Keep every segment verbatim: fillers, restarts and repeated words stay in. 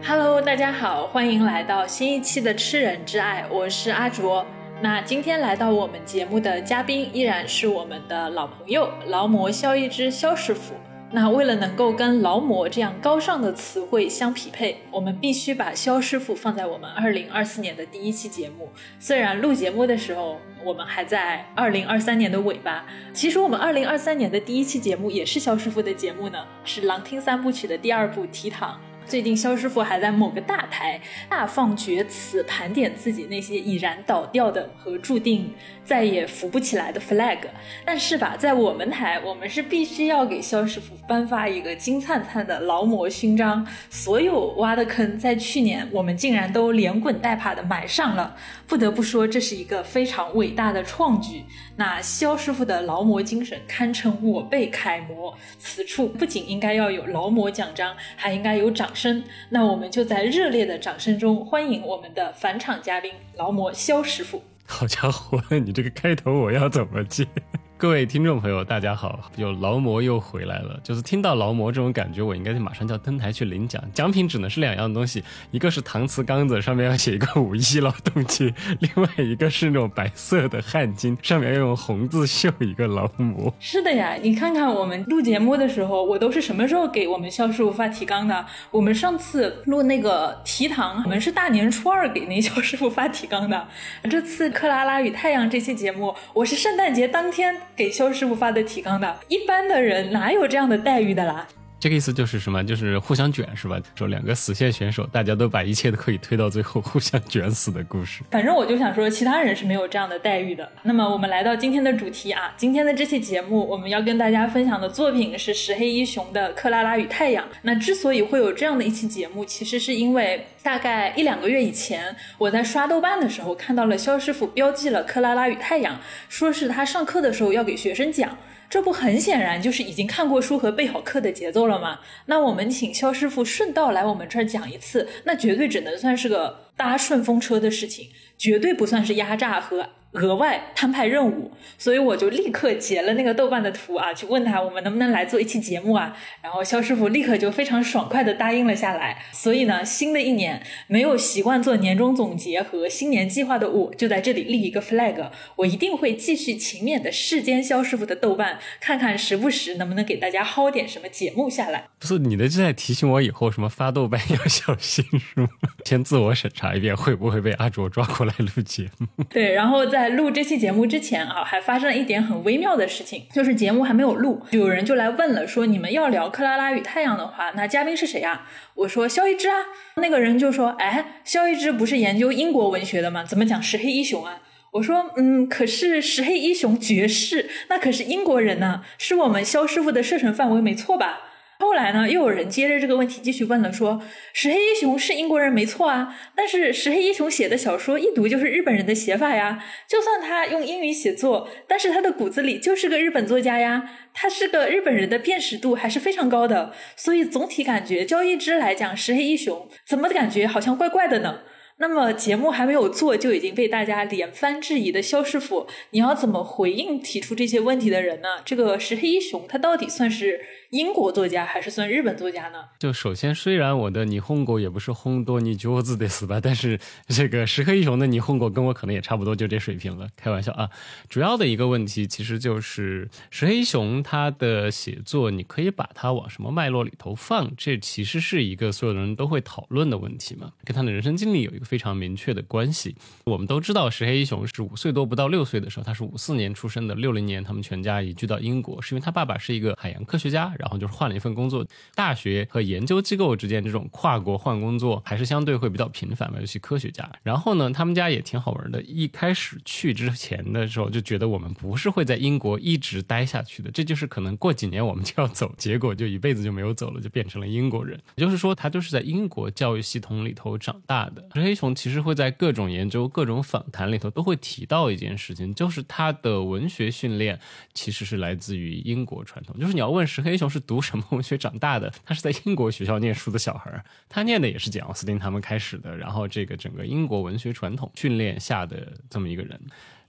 Hello， 大家好，欢迎来到新一期的吃人之爱，我是阿卓。那今天来到我们节目的嘉宾依然是我们的老朋友劳模萧一之萧师傅。那为了能够跟劳模这样高尚的词汇相匹配，我们必须把萧师傅放在我们二零二四年的第一期节目。虽然录节目的时候我们还在二零二三年的尾巴，其实我们二零二三年的第一期节目也是萧师傅的节目呢，是狼听三部曲的第二部提堂。最近萧师傅还在某个大台大放厥词，盘点自己那些已然倒掉的和注定再也扶不起来的 flag。 但是吧，在我们台我们是必须要给萧师傅颁发一个金灿灿的劳模勋章，所有挖的坑在去年我们竟然都连滚带爬的埋上了，不得不说这是一个非常伟大的创举。那萧师傅的劳模精神堪称我辈楷模，此处不仅应该要有劳模奖章，还应该有掌声。那我们就在热烈的掌声中欢迎我们的返场嘉宾劳模萧师傅。 好家伙，你这个开头我要怎么接？各位听众朋友大家好，有劳模又回来了。就是听到劳模这种感觉，我应该马上就要登台去领奖，奖品只能是两样东西，一个是搪瓷缸子上面要写一个五一劳动节，另外一个是那种白色的汗巾，上面要用红字绣一个劳模。 是的呀，你看看我们录节目的时候，我都是什么时候给我们萧师傅发提纲的？我们上次录那个提堂，我们是大年初二给那萧师傅发提纲的。这次克拉拉与太阳这期节目，我是圣诞节当天给萧师傅发的提纲的，一般的人哪有这样的待遇的啦？ 这个意思就是什么？就是互相卷是吧？说两个死线选手，大家都把一切都可以推到最后，互相卷死的故事。 反正我就想说，其他人是没有这样的待遇的。那么我们来到今天的主题啊，今天的这期节目我们要跟大家分享的作品是石黑一雄的《克拉拉与太阳》。那之所以会有这样的一期节目，其实是因为大概一两个月以前，我在刷豆瓣的时候看到了萧师傅标记了《克拉拉与太阳》，说是他上课的时候要给学生讲。这不很显然就是已经看过书和备好课的节奏了吗？那我们请萧师傅顺道来我们这儿讲一次，那绝对只能算是个搭顺风车的事情，绝对不算是压榨和额外摊派任务。所以我就立刻截了那个豆瓣的图啊，去问他我们能不能来做一期节目啊，然后萧师傅立刻就非常爽快的答应了下来。所以呢，新的一年没有习惯做年终总结和新年计划的我，就在这里立一个 flag， 我一定会继续勤勉的视奸萧师傅的豆瓣，看看时不时能不能给大家薅点什么节目下来。 不是你的这在提醒我以后什么发豆瓣要小心是吗？先自我审查一遍会不会被阿卓抓过来录节目。 对，然后在录这期节目之前啊，还发生了一点很微妙的事情，就是节目还没有录，有人就来问了，说你们要聊克拉拉与太阳的话，那嘉宾是谁啊？我说萧一之啊。那个人就说，哎，萧一之不是研究英国文学的吗？怎么讲石黑一雄啊？我说嗯，可是石黑一雄爵士那可是英国人呢，是我们萧师傅的射程范围没错吧？后来呢，又有人接着这个问题继续问了，说石黑一雄是英国人没错啊，但是石黑一雄写的小说一读就是日本人的写法呀，就算他用英语写作，但是他的骨子里就是个日本作家呀，他是个日本人的辨识度还是非常高的，所以总体感觉较一之来讲，石黑一雄怎么感觉好像怪怪的呢？那么节目还没有做就已经被大家连番质疑的萧师傅，你要怎么回应提出这些问题的人呢？这个石黑一雄他到底算是英国作家还是算日本作家呢？ 就首先虽然我的霓虹国也不是红多尼桌子的死吧，但是这个石黑一雄的霓虹国跟我可能也差不多就这水平了，开玩笑啊。主要的一个问题其实就是石黑一雄他的写作你可以把它往什么脉络里头放，这其实是一个所有人都会讨论的问题嘛，跟他的人生经历有一个非常明确的关系。我们都知道石黑一雄是五岁多不到六岁的时候，他是五四年出生的，六零年他们全家移居到英国，是因为他爸爸是一个海洋科学家，然后就是换了一份工作。大学和研究机构之间这种跨国换工作还是相对会比较频繁嘛，尤其科学家。然后呢，他们家也挺好玩的，一开始去之前的时候就觉得我们不是会在英国一直待下去的，这就是可能过几年我们就要走，结果就一辈子就没有走了，就变成了英国人。也就是说他就是在英国教育系统里头长大的。石黑一雄其实会在各种研究各种访谈里头都会提到一件事情，就是他的文学训练其实是来自于英国传统。就是你要问石黑一雄是读什么文学长大的，他是在英国学校念书的小孩，他念的也是简奥斯汀他们开始的，然后这个整个英国文学传统训练下的这么一个人。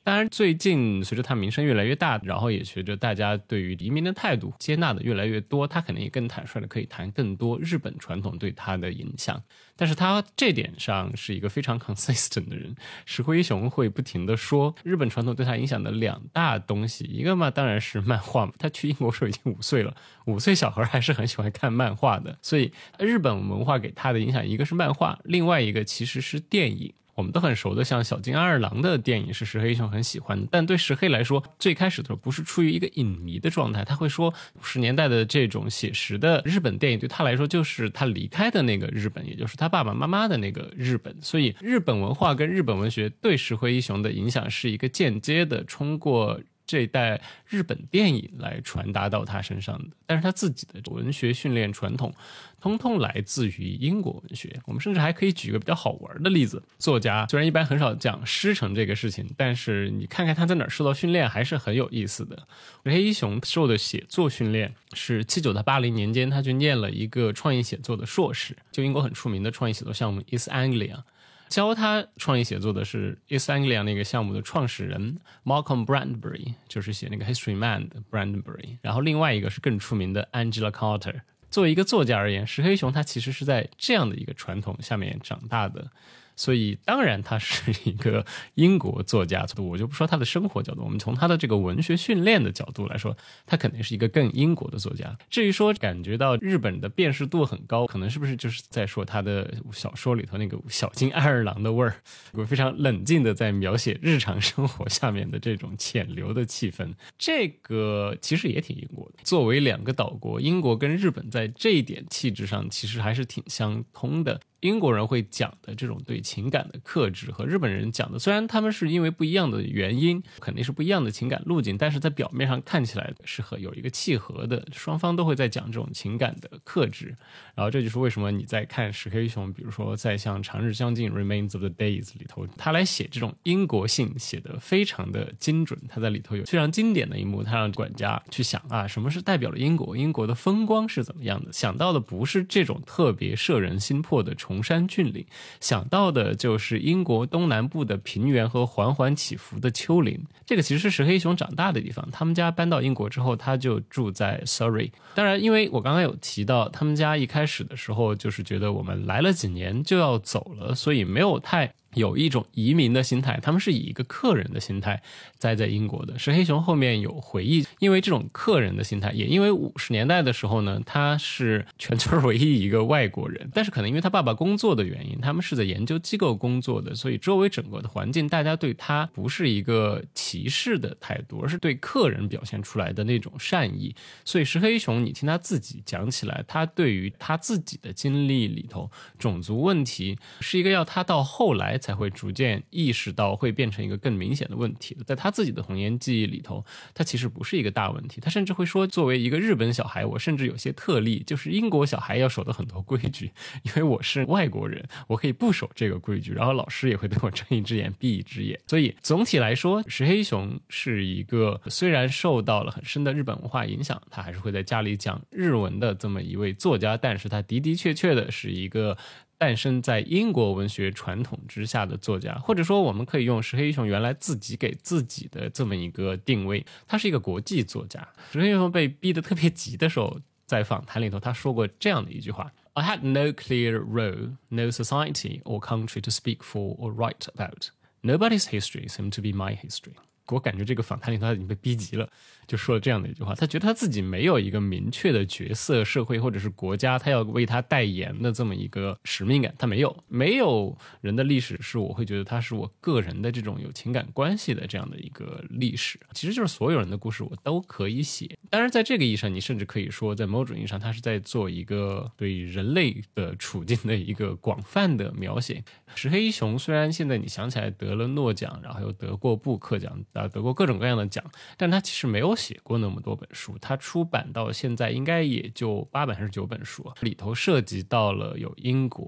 当然最近随着他名声越来越大，然后也随着大家对于移民的态度接纳的越来越多，他可能也更坦率的可以谈更多日本传统对他的影响。但是他这点上是一个非常 consistent 的人，石灰一雄会不停的说日本传统对他影响的两大东西，一个嘛当然是漫画嘛，他去英国时候已经五岁了，五岁小孩还是很喜欢看漫画的，所以日本文化给他的影响一个是漫画，另外一个其实是电影。我们都很熟的像小津安二郎的电影是石黑一雄很喜欢的，但对石黑来说最开始的时候不是出于一个影迷的状态，他会说五十年代的这种写实的日本电影对他来说就是他离开的那个日本，也就是他爸爸妈妈的那个日本，所以日本文化跟日本文学对石黑一雄的影响是一个间接的通过这一代日本电影来传达到他身上的，但是他自己的文学训练传统通通来自于英国文学。我们甚至还可以举一个比较好玩的例子，作家虽然一般很少讲师承这个事情，但是你看看他在哪儿受到训练还是很有意思的。石黑一雄受的写作训练是七九到八零年间他去念了一个创意写作的硕士，就英国很出名的创意写作项目 East Anglia，教他创意写作的是 East Anglia 那个项目的创始人 Malcolm Brandbury， 就是写那个 History Man 的 Brandbury， 然后另外一个是更出名的 Angela Carter。 作为一个作家而言，石黑一雄他其实是在这样的一个传统下面长大的，所以当然他是一个英国作家，我就不说他的生活角度，我们从他的这个文学训练的角度来说，他肯定是一个更英国的作家。至于说感觉到日本的辨识度很高，可能是不是就是在说他的小说里头那个小津安二郎的味儿，我非常冷静的在描写日常生活下面的这种潜流的气氛，这个其实也挺英国的。作为两个岛国，英国跟日本在这一点气质上其实还是挺相通的。英国人会讲的这种对情感的克制和日本人讲的，虽然他们是因为不一样的原因，肯定是不一样的情感路径，但是在表面上看起来是和有一个契合的，双方都会在讲这种情感的克制。然后这就是为什么你在看石黑一雄，比如说在像长日将近 Remains of the Days 里头，他来写这种英国性写得非常的精准。他在里头有非常经典的一幕，他让管家去想啊，什么是代表了英国，英国的风光是怎么样的，想到的不是这种特别摄人心魄的崇山峻岭，想到的就是英国东南部的平原和缓缓起伏的丘陵。这个其实是石黑一雄长大的地方，他们家搬到英国之后他就住在 Surrey。 当然因为我刚刚有提到他们家一开始的时候就是觉得我们来了几年就要走了，所以没有太有一种移民的心态，他们是以一个客人的心态待在英国的。石黑一雄后面有回忆，因为这种客人的心态，也因为五十年代的时候呢，他是全村唯一一个外国人，但是可能因为他爸爸工作的原因，他们是在研究机构工作的，所以周围整个的环境大家对他不是一个歧视的态度，而是对客人表现出来的那种善意。所以石黑一雄你听他自己讲起来，他对于他自己的经历里头种族问题是一个要他到后来才会逐渐意识到会变成一个更明显的问题的。在他自己的童年记忆里头，他其实不是一个大问题。他甚至会说，作为一个日本小孩，我甚至有些特例，就是英国小孩要守的很多规矩，因为我是外国人，我可以不守这个规矩，然后老师也会对我睁一只眼闭一只眼。所以总体来说，石黑一雄是一个虽然受到了很深的日本文化影响，他还是会在家里讲日文的这么一位作家，但是他的的确确的是一个诞生在英国文学传统之下的作家，或者说我们可以用石黑一雄原来自己给自己的这么一个定位，他是一个国际作家。石黑一雄被逼得特别急的时候，在访谈里头他说过这样的一句话， I had no clear role, no society or country to speak for or write about. Nobody's history seemed to be my history. 我感觉这个访谈里头他已经被逼急了，就说了这样的一句话，他觉得他自己没有一个明确的角色，社会或者是国家他要为他代言的这么一个使命感，他没有。没有人的历史是我会觉得他是我个人的这种有情感关系的这样的一个历史，其实就是所有人的故事我都可以写。当然在这个意义上，你甚至可以说在某种意义上他是在做一个对人类的处境的一个广泛的描写。石黑一雄虽然现在你想起来得了诺奖，然后又得过布克奖，得过各种各样的奖，但他其实没有写过那么多本书，他出版到现在应该也就八本还是九本书，里头涉及到了有英国、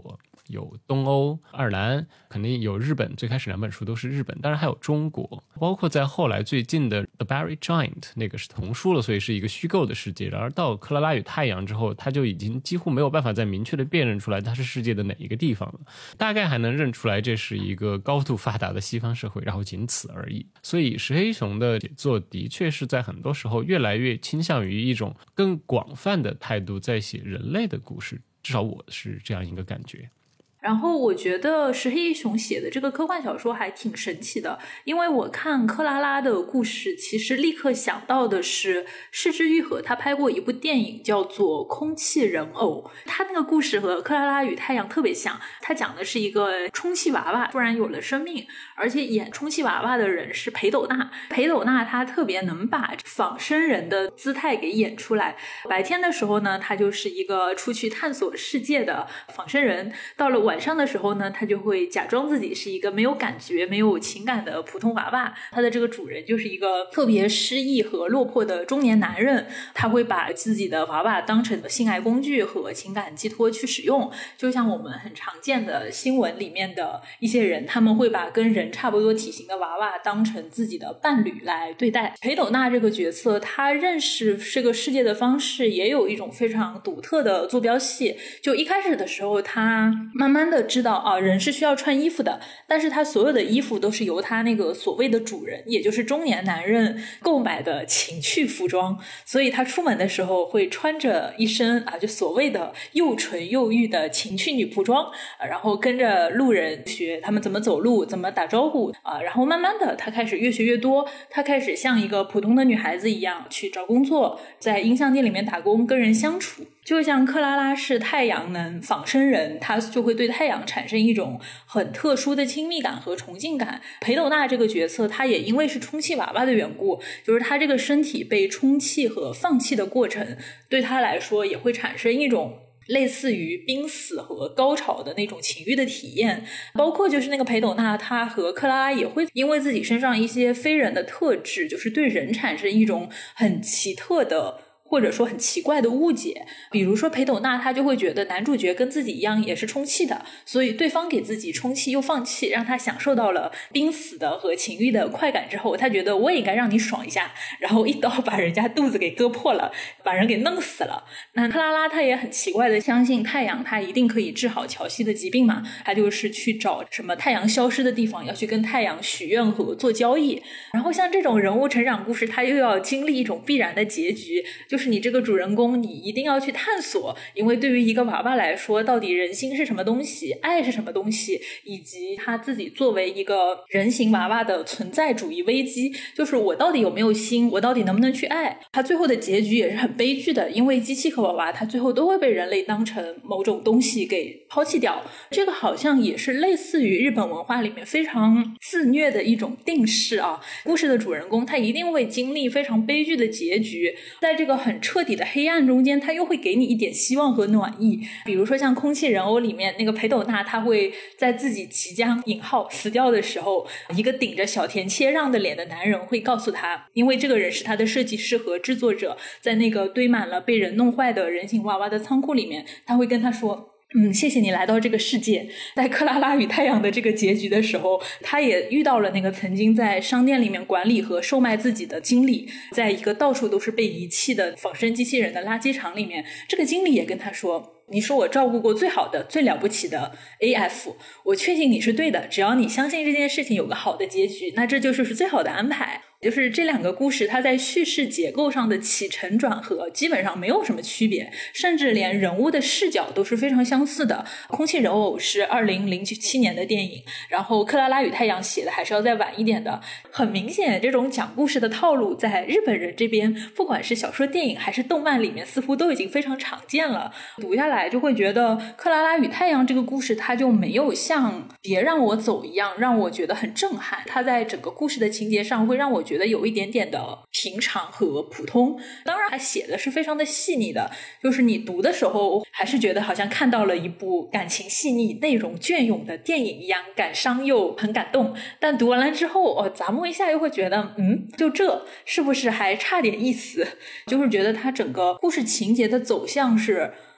有东欧、爱尔兰，肯定有日本，最开始两本书都是日本，当然还有中国，包括在后来最近的 The Berry Giant 那个是童书了，所以是一个虚构的世界。然而到克拉拉与太阳之后，他就已经几乎没有办法再明确的辨认出来它是世界的哪一个地方了，大概还能认出来这是一个高度发达的西方社会，然后仅此而已。所以石黑一雄的写作的确是在很多时候越来越倾向于一种更广泛的态度在写人类的故事，至少我是这样一个感觉。 然后我觉得石黑一雄写的这个科幻小说还挺神奇的，因为我看克拉拉的故事其实立刻想到的是是枝裕和他拍过一部电影叫做《空气人偶》，他那个故事和克拉拉与太阳特别像，他讲的是一个充气娃娃突然有了生命，而且演充气娃娃的人是裴斗娜，裴斗娜他特别能把仿生人的姿态给演出来，白天的时候呢他就是一个出去探索世界的仿生人，到了晚上的时候呢他就会假装自己是一个没有感觉没有情感的普通娃娃，他的这个主人就是一个特别失意和落魄的中年男人，他会把自己的娃娃当成性爱工具和情感寄托去使用，就像我们很常见的新闻里面的一些人，他们会把跟人差不多体型的娃娃当成自己的伴侣来对待。裴斗娜这个角色他认识这个世界的方式也有一种非常独特的坐标系，就一开始的时候他慢慢的知道啊，人是需要穿衣服的，但是他所有的衣服都是由他那个所谓的主人也就是中年男人购买的情趣服装，所以他出门的时候会穿着一身啊，就所谓的又纯又欲的情趣女仆装、啊、然后跟着路人学他们怎么走路怎么打招呼啊，然后慢慢的他开始越学越多，他开始像一个普通的女孩子一样去找工作，在音像店里面打工跟人相处，就像克拉拉是太阳能仿生人，他就会对太阳产生一种很特殊的亲密感和崇敬感。裴斗娜这个角色他也因为是充气娃娃的缘故，就是他这个身体被充气和放气的过程对他来说也会产生一种类似于濒死和高潮的那种情欲的体验，包括就是那个裴斗娜她和克拉拉也会因为自己身上一些非人的特质，就是对人产生一种很奇特的或者说很奇怪的误解，比如说裴斗娜她就会觉得男主角跟自己一样也是充气的，所以对方给自己充气又放气，让他享受到了濒死的和情欲的快感之后，他觉得我也应该让你爽一下，然后一刀把人家肚子给割破了，把人给弄死了。那克拉拉她也很奇怪的相信太阳她一定可以治好乔西的疾病嘛，她就是去找什么太阳消失的地方，要去跟太阳许愿和做交易。然后像这种人物成长故事，他又要经历一种必然的结局，就就是你这个主人公你一定要去探索，因为对于一个娃娃来说，到底人心是什么东西，爱是什么东西，以及他自己作为一个人形娃娃的存在主义危机，就是我到底有没有心，我到底能不能去爱。他最后的结局也是很悲剧的，因为机器和娃娃他最后都会被人类当成某种东西给抛弃掉，这个好像也是类似于日本文化里面非常自虐的一种定式啊。故事的主人公他一定会经历非常悲剧的结局，在这个很彻底的黑暗中间他又会给你一点希望和暖意，比如说像空气人偶里面那个裴斗娜，他会在自己即将引号死掉的时候，一个顶着小田切让的脸的男人会告诉他，因为这个人是他的设计师和制作者，在那个堆满了被人弄坏的人形娃娃的仓库里面，他会跟他说嗯，谢谢你来到这个世界。在克拉拉与太阳的这个结局的时候，他也遇到了那个曾经在商店里面管理和售卖自己的经理，在一个到处都是被遗弃的仿生机器人的垃圾场里面，这个经理也跟他说，你是我照顾过最好的最了不起的 A F， 我确信你是对的，只要你相信这件事情有个好的结局，那这就是最好的安排。就是这两个故事它在叙事结构上的起承转合基本上没有什么区别，甚至连人物的视角都是非常相似的。空气人偶是二零零七年的电影，然后克拉拉与太阳写的还是要再晚一点的。很明显这种讲故事的套路在日本人这边不管是小说电影还是动漫里面似乎都已经非常常见了，读下来就会觉得克拉拉与太阳这个故事它就没有像别让我走一样让我觉得很震撼，它在整个故事的情节上会让我觉得有一点点的平常和普通，当然他写的是非常的细腻的，就是你读的时候还是觉得好像看到了一部感情细腻内容隽永的电影一样，感伤又很感动，但读完了之后哦，咂摸一下又会觉得嗯，就这是不是还差点意思，就是觉得它整个故事情节的走向是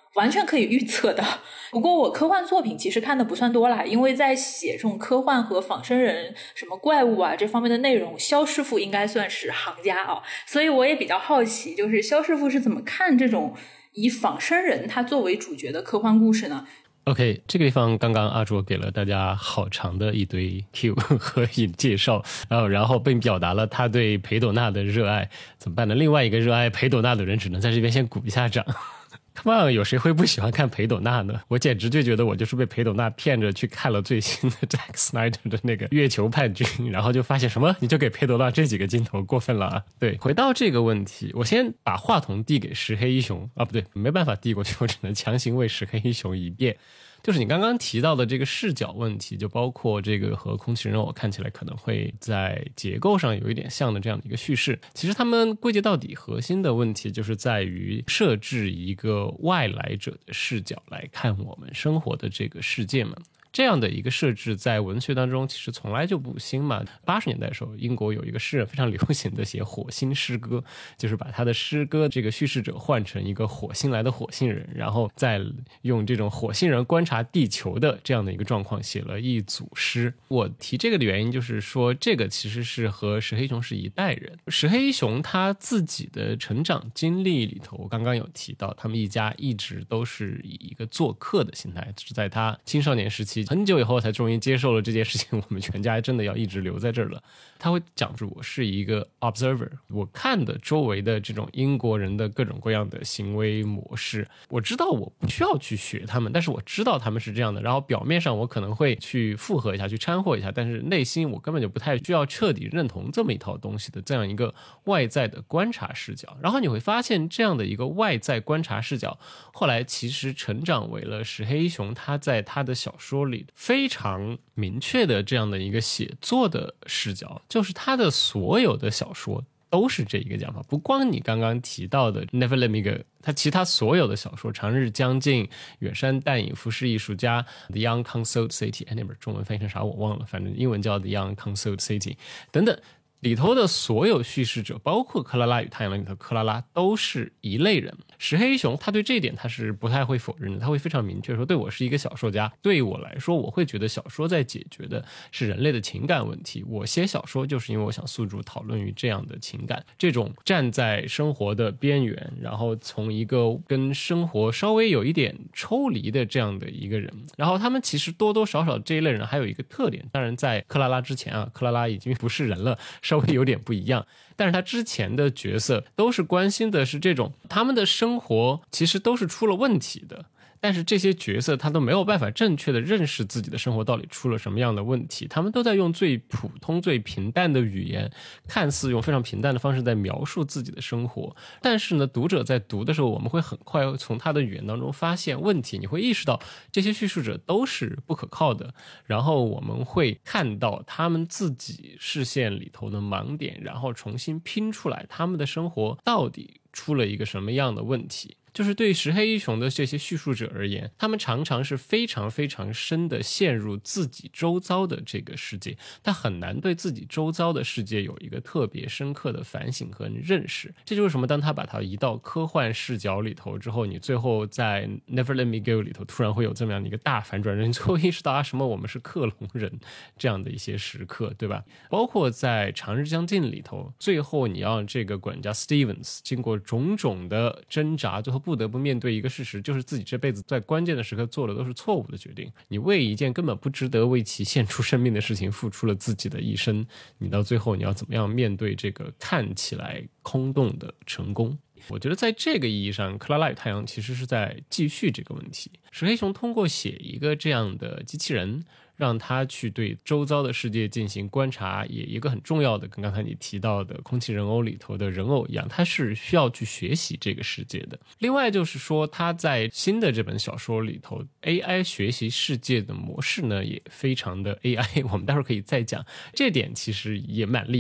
完全可以预测的。不过我科幻作品其实看的不算多啦，因为在写这种科幻和仿生人什么怪物啊这方面的内容，肖师傅应该算是行家啊，所以我也比较好奇，就是肖师傅是怎么看这种以仿生人他作为主角的科幻故事呢？ OK， 这个地方刚刚阿卓给了大家好长的一堆 Q 和引介绍，然后然后并表达了他对裴斗娜的热爱。怎么办呢？另外一个热爱裴斗娜的人只能在这边先鼓一下掌。Come on， 有谁会不喜欢看裴斗娜呢？我简直就觉得我就是被裴斗娜骗着去看了最新的 Zack Snyder 的那个月球叛军，然后就发现什么你就给裴斗娜这几个镜头，过分了啊！对，回到这个问题，我先把话筒递给石黑一雄啊，不对，没办法递过去，我只能强行为石黑一雄一辩。就是你刚刚提到的这个视角问题，就包括这个和空气人偶看起来可能会在结构上有一点像的这样的一个叙事，其实他们归结到底核心的问题就是在于设置一个外来者的视角来看我们生活的这个世界嘛。这样的一个设置在文学当中其实从来就不新嘛。八十年代的时候，英国有一个诗人非常流行的写火星诗歌，就是把他的诗歌这个叙事者换成一个火星来的火星人，然后再用这种火星人观察地球的这样的一个状况写了一组诗。我提这个的原因就是说，这个其实是和石黑一雄是一代人。石黑一雄他自己的成长经历里头，我刚刚有提到他们一家一直都是以一个做客的心态，是在他青少年时期很久以后才终于接受了这件事情，我们全家真的要一直留在这儿了。他会讲述我是一个 observer， 我看的周围的这种英国人的各种各样的行为模式，我知道我不需要去学他们，但是我知道他们是这样的，然后表面上我可能会去附和一下，去掺和一下，但是内心我根本就不太需要彻底认同这么一套东西的这样一个外在的观察视角。然后你会发现这样的一个外在观察视角后来其实成长为了石黑一雄他在他的小说里非常明确的这样的一个写作的视角，就是他的所有的小说都是这一个讲法，不光你刚刚提到的 Never Let Me Go， 他其他所有的小说，长日将近、远山淡影、浮世艺术家、The Young Consoled City， 哎，那本中文翻译成啥我忘了，反正英文叫 The Young Consoled City 等等，里头的所有叙事者，包括克拉拉与太阳里头克拉拉，都是一类人。石黑一雄他对这一点他是不太会否认的，他会非常明确说，对，我是一个小说家，对我来说我会觉得小说在解决的是人类的情感问题，我写小说就是因为我想诉诸讨论于这样的情感，这种站在生活的边缘，然后从一个跟生活稍微有一点抽离的这样的一个人。然后他们其实多多少少这一类人还有一个特点，当然在克拉拉之前啊，克拉拉已经不是人了，稍微有点不一样，但是他之前的角色都是关心的是这种他们的生活其实都是出了问题的，但是这些角色他都没有办法正确的认识自己的生活到底出了什么样的问题，他们都在用最普通最平淡的语言，看似用非常平淡的方式在描述自己的生活，但是呢读者在读的时候我们会很快从他的语言当中发现问题，你会意识到这些叙述者都是不可靠的，然后我们会看到他们自己视线里头的盲点，然后重新拼出来他们的生活到底出了一个什么样的问题。就是对石黑一雄的这些叙述者而言，他们常常是非常非常深的陷入自己周遭的这个世界，他很难对自己周遭的世界有一个特别深刻的反省和认识。这就是什么当他把它移到科幻视角里头之后，你最后在 Never Let Me Go 里头突然会有这么样的一个大反转，你最后意识到啊，什么我们是克隆人这样的一些时刻，对吧？包括在长日将近里头，最后你要这个管家 Stevens 经过种种的挣扎，最后不得不面对一个事实，就是自己这辈子在关键的时刻做的都是错误的决定，你为一件根本不值得为其献出生命的事情付出了自己的一生，你到最后你要怎么样面对这个看起来空洞的成功。我觉得在这个意义上，克拉拉与太阳其实是在继续这个问题。石黑雄通过写一个这样的机器人，让他去对周遭的世界进行观察，也一个很重要的跟刚才你提到的空气人偶里头的人偶一样，他是需要去学习这个世界的。另外就是说他在新的这本小说里头 A I 学习世界的模式呢也非常的 A I， 我们待会儿可以再讲，这点其实也蛮厉害的。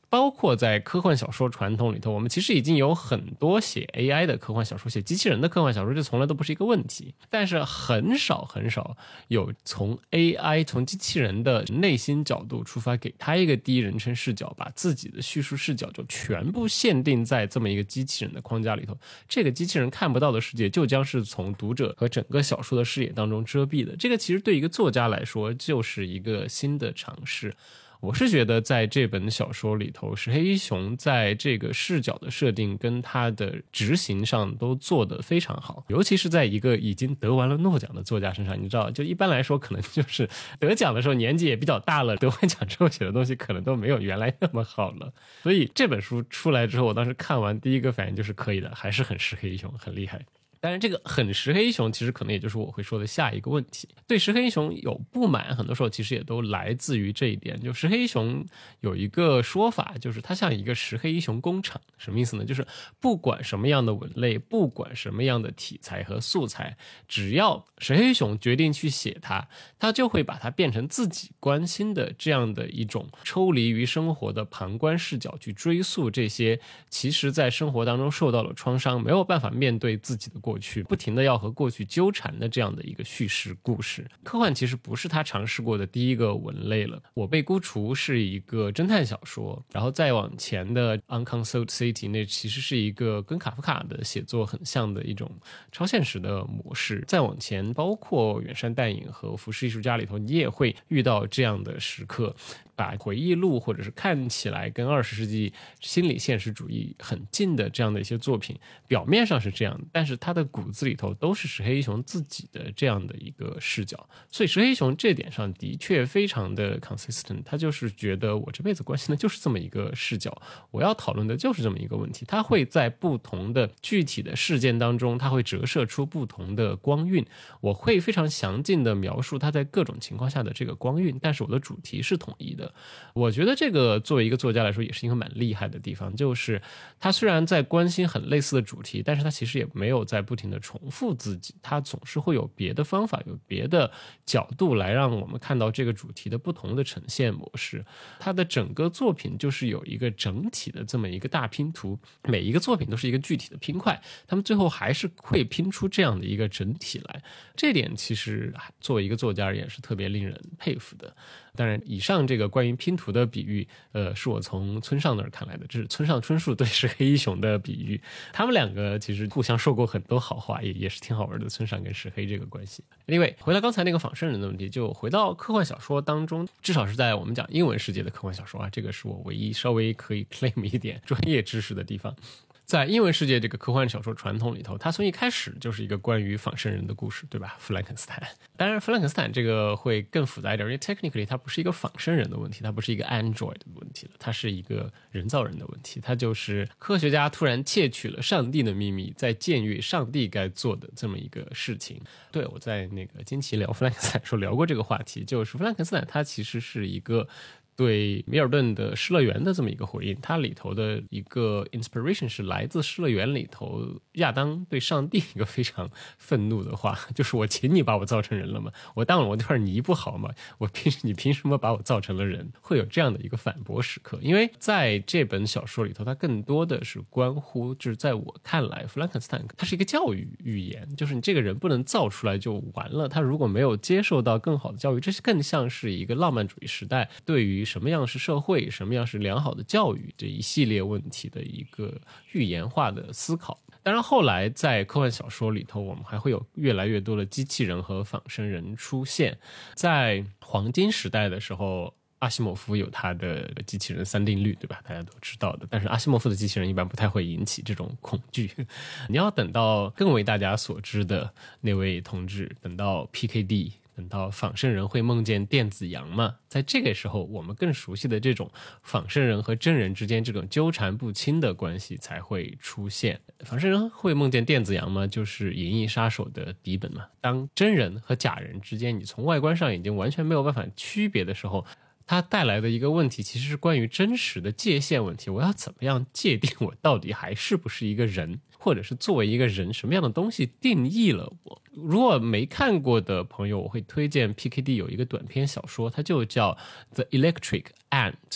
包括在科幻小说传统里头，我们其实已经有很多写 A I 的科幻小说，写机器人的科幻小说，这从来都不是一个问题。但是很少很少有从 A I 从机器人的内心角度出发，给他一个第一人称视角，把自己的叙述视角就全部限定在这么一个机器人的框架里头，这个机器人看不到的世界就将是从读者和整个小说的视野当中遮蔽的。这个其实对一个作家来说就是一个新的尝试。我是觉得在这本小说里头，石黑一雄在这个视角的设定跟他的执行上都做得非常好，尤其是在一个已经得完了诺奖的作家身上。你知道，就一般来说可能就是得奖的时候年纪也比较大了，得完奖之后写的东西可能都没有原来那么好了。所以这本书出来之后，我当时看完第一个反应就是可以的，还是很石黑一雄，很厉害。当然这个很石黑一雄其实可能也就是我会说的下一个问题。对石黑一雄有不满，很多时候其实也都来自于这一点。就石黑一雄有一个说法，就是他像一个石黑一雄工厂。什么意思呢？就是不管什么样的文类，不管什么样的题材和素材，只要石黑一雄决定去写它，他就会把它变成自己关心的这样的一种抽离于生活的旁观视角，去追溯这些其实在生活当中受到了创伤，没有办法面对自己的过去，不停的要和过去纠缠的这样的一个叙事故事。科幻其实不是他尝试过的第一个文类了。我被孤雏是一个侦探小说，然后再往前的 Unconsoled City 那其实是一个跟卡夫卡的写作很像的一种超现实的模式。再往前包括远山淡影和浮世艺术家里头，你也会遇到这样的时刻，把回忆录或者是看起来跟二十世纪心理现实主义很近的这样的一些作品，表面上是这样，但是它的骨子里头都是石黑一雄自己的这样的一个视角。所以石黑一雄这点上的确非常的 consistent， 他就是觉得我这辈子关心的就是这么一个视角，我要讨论的就是这么一个问题。他会在不同的具体的事件当中，他会折射出不同的光晕，我会非常详尽的描述他在各种情况下的这个光晕，但是我的主题是统一的。我觉得这个作为一个作家来说也是一个蛮厉害的地方，就是他虽然在关心很类似的主题，但是他其实也没有在不停的重复自己，他总是会有别的方法，有别的角度来让我们看到这个主题的不同的呈现模式。他的整个作品就是有一个整体的这么一个大拼图，每一个作品都是一个具体的拼块，他们最后还是会拼出这样的一个整体来。这点其实作为一个作家而言是特别令人佩服的。当然以上这个关于拼图的比喻呃，是我从村上那儿看来的，这是村上春树对石黑一雄的比喻。他们两个其实互相说过很多好话，也也是挺好玩的，村上跟石黑这个关系。Anyway， 回到刚才那个仿生人的问题，就回到科幻小说当中，至少是在我们讲英文世界的科幻小说啊，这个是我唯一稍微可以 claim 一点专业知识的地方。在英文世界这个科幻小说传统里头，它从一开始就是一个关于仿生人的故事，对吧？弗兰肯斯坦。当然弗兰肯斯坦这个会更复杂一点，因为 technically 它不是一个仿生人的问题，它不是一个 android 的问题了，它是一个人造人的问题。它就是科学家突然窃取了上帝的秘密，在僭越上帝该做的这么一个事情。对，我在那个金奇聊弗兰肯斯坦时候聊过这个话题，就是弗兰肯斯坦它其实是一个对米尔顿的《失乐园》的这么一个回应，它里头的一个 inspiration 是来自《失乐园》里头亚当对上帝一个非常愤怒的话，就是我请你把我造成人了吗？我当了我那块泥不好吗？我凭你凭什么把我造成了人？会有这样的一个反驳时刻。因为在这本小说里头，它更多的是关乎，就是在我看来弗兰肯斯坦它是一个教育语言，就是你这个人不能造出来就完了，他如果没有接受到更好的教育，这更像是一个浪漫主义时代对于什么样是社会，什么样是良好的教育这一系列问题的一个预言化的思考。当然后来在科幻小说里头，我们还会有越来越多的机器人和仿生人出现。在黄金时代的时候，阿西莫夫有他的机器人三定律，对吧？大家都知道的。但是阿西莫夫的机器人一般不太会引起这种恐惧。你要等到更为大家所知的那位同志，等到 P K D， 等到仿生人会梦见电子羊嘛，在这个时候我们更熟悉的这种仿生人和真人之间这种纠缠不清的关系才会出现。仿生人会梦见电子羊嘛，就是银翼杀手的底本嘛。当真人和假人之间你从外观上已经完全没有办法区别的时候，它带来的一个问题其实是关于真实的界限问题。我要怎么样界定我到底还是不是一个人，或者是作为一个人什么样的东西定义了我。如果没看过的朋友，我会推荐 P K D 有一个短篇小说，它就叫 The Electric Ant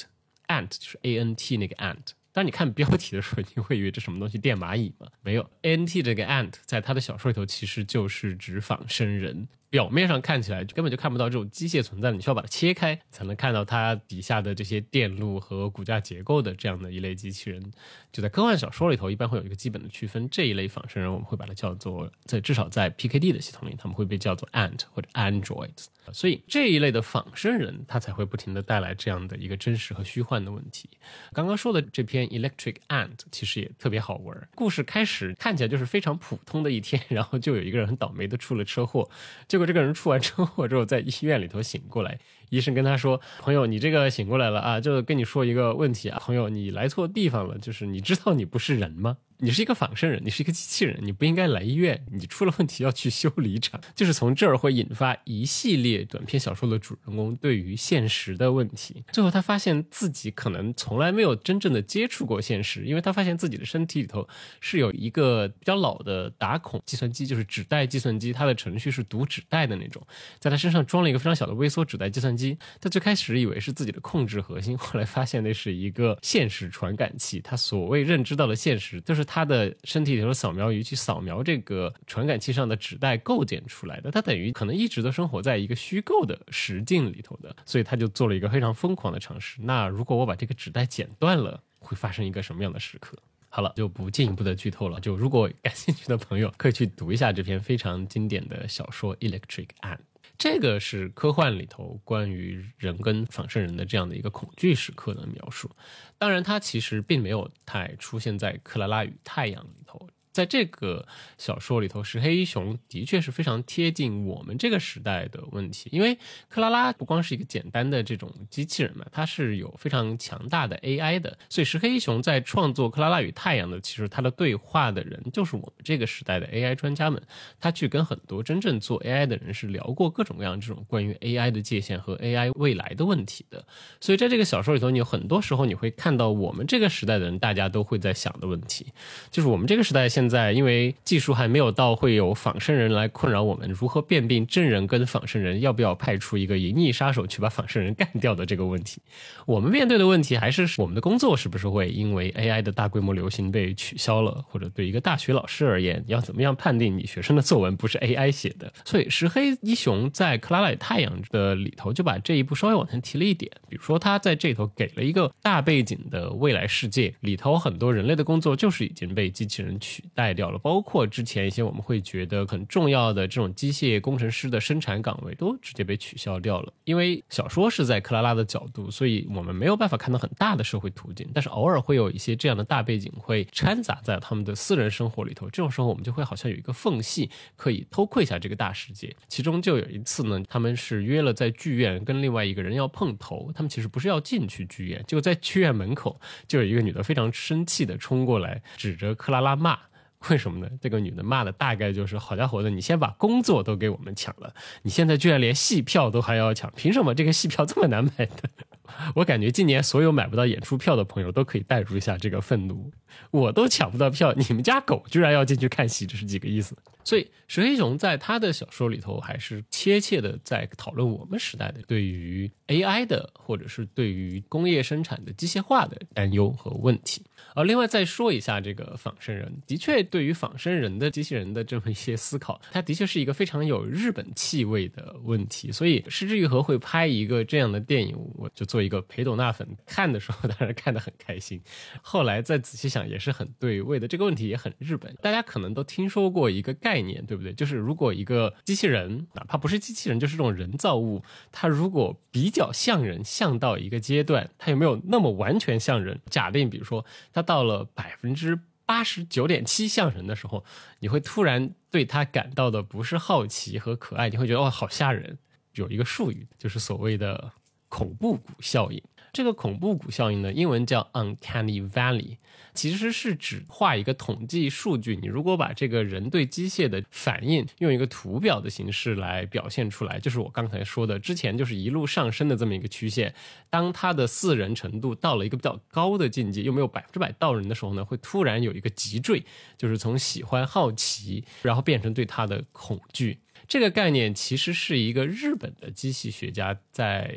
ant 就是 A N T 那个 ant。当你看标题的时候，你会以为这什么东西电蚂蚁吗？没有 ，A N T 这个 ant 在他的小说里头其实就是指仿生人。表面上看起来根本就看不到这种机械存在的，你需要把它切开才能看到它底下的这些电路和骨架结构的这样的一类机器人。就在科幻小说里头一般会有一个基本的区分，这一类仿生人我们会把它叫做，在至少在 P K D 的系统里他们会被叫做 ant 或者 androids。 所以这一类的仿生人它才会不停地带来这样的一个真实和虚幻的问题。刚刚说的这篇 Electric Ant 其实也特别好玩，故事开始看起来就是非常普通的一天，然后就有一个人很倒霉的出了车祸，结果这个人出完车祸之后在医院里头醒过来，医生跟他说，朋友你这个醒过来了啊，就跟你说一个问题啊，朋友你来错地方了，就是你知道你不是人吗？你是一个仿生人，你是一个机器人，你不应该来医院，你出了问题要去修理厂。就是从这儿会引发一系列短篇小说的主人公对于现实的问题。最后他发现自己可能从来没有真正的接触过现实，因为他发现自己的身体里头是有一个比较老的打孔计算机，就是纸带计算机，它的程序是读纸带的那种，在他身上装了一个非常小的微缩纸带计算机。他最开始以为是自己的控制核心，后来发现那是一个现实传感器，他所谓认知到的现实就是他的身体里头扫描仪去扫描这个传感器上的纸带构建出来的，他等于可能一直都生活在一个虚构的实境里头的，所以他就做了一个非常疯狂的尝试。那如果我把这个纸带剪断了，会发生一个什么样的时刻？好了，就不进一步的剧透了，就如果感兴趣的朋友可以去读一下这篇非常经典的小说 Electric Ant。这个是科幻里头关于人跟仿生人的这样的一个恐惧时刻的描述。当然它其实并没有太出现在克拉拉与太阳里头，在这个小说里头，石黑一雄的确是非常贴近我们这个时代的问题。因为克拉拉不光是一个简单的这种机器人嘛，它是有非常强大的 A I 的，所以石黑一雄在创作克拉拉与太阳的，其实他的对话的人就是我们这个时代的 A I 专家们，他去跟很多真正做 A I 的人是聊过各种各样这种关于 A I 的界限和 A I 未来的问题的。所以在这个小说里头，你有很多时候你会看到我们这个时代的人大家都会在想的问题，就是我们这个时代现在因为技术还没有到会有仿生人来困扰我们如何辨别真人跟仿生人，要不要派出一个银翼杀手去把仿生人干掉的这个问题。我们面对的问题还是我们的工作是不是会因为 A I 的大规模流行被取消了，或者对一个大学老师而言，你要怎么样判定你学生的作文不是 A I 写的。所以石黑一雄在克拉拉与太阳的里头就把这一步稍微往前提了一点，比如说他在这里头给了一个大背景的未来世界，里头很多人类的工作就是已经被机器人取代掉了，包括之前一些我们会觉得很重要的这种机械工程师的生产岗位都直接被取消掉了。因为小说是在克拉拉的角度，所以我们没有办法看到很大的社会图景，但是偶尔会有一些这样的大背景会掺杂在他们的私人生活里头，这种时候我们就会好像有一个缝隙可以偷窥一下这个大世界。其中就有一次呢，他们是约了在剧院跟另外一个人要碰头，他们其实不是要进去剧院，就在剧院门口就有一个女的非常生气的冲过来指着克拉拉骂。为什么呢？这个女的骂的大概就是，好家伙的，你先把工作都给我们抢了，你现在居然连戏票都还要抢，凭什么这个戏票这么难买的？我感觉今年所有买不到演出票的朋友都可以带入一下这个愤怒，我都抢不到票，你们家狗居然要进去看戏，这是几个意思？所以石黑一雄在他的小说里头还是切切的在讨论我们时代的对于 A I 的或者是对于工业生产的机械化的担忧和问题。而另外再说一下这个仿生人，的确对于仿生人的机器人的这么一些思考，它的确是一个非常有日本气味的问题。所以石之愈合会拍一个这样的电影，我就做一个裴斗娜粉，看的时候当然看得很开心，后来再仔细想也是很对味的。这个问题也很日本，大家可能都听说过一个概念，对不对？就是如果一个机器人，哪怕不是机器人，就是这种人造物，它如果比较像人，像到一个阶段，它有没有那么完全像人？假定比如说它到了百分之八十九点七像人的时候，你会突然对它感到的不是好奇和可爱，你会觉得哦好吓人。有一个术语就是所谓的恐怖谷效应。这个恐怖谷效应呢，英文叫 Uncanny Valley， 其实是指画一个统计数据，你如果把这个人对机械的反应用一个图表的形式来表现出来，就是我刚才说的之前就是一路上升的这么一个曲线，当它的似人程度到了一个比较高的境界，又没有百分之百到人的时候呢，会突然有一个急坠，就是从喜欢好奇然后变成对它的恐惧。这个概念其实是一个日本的机器学家在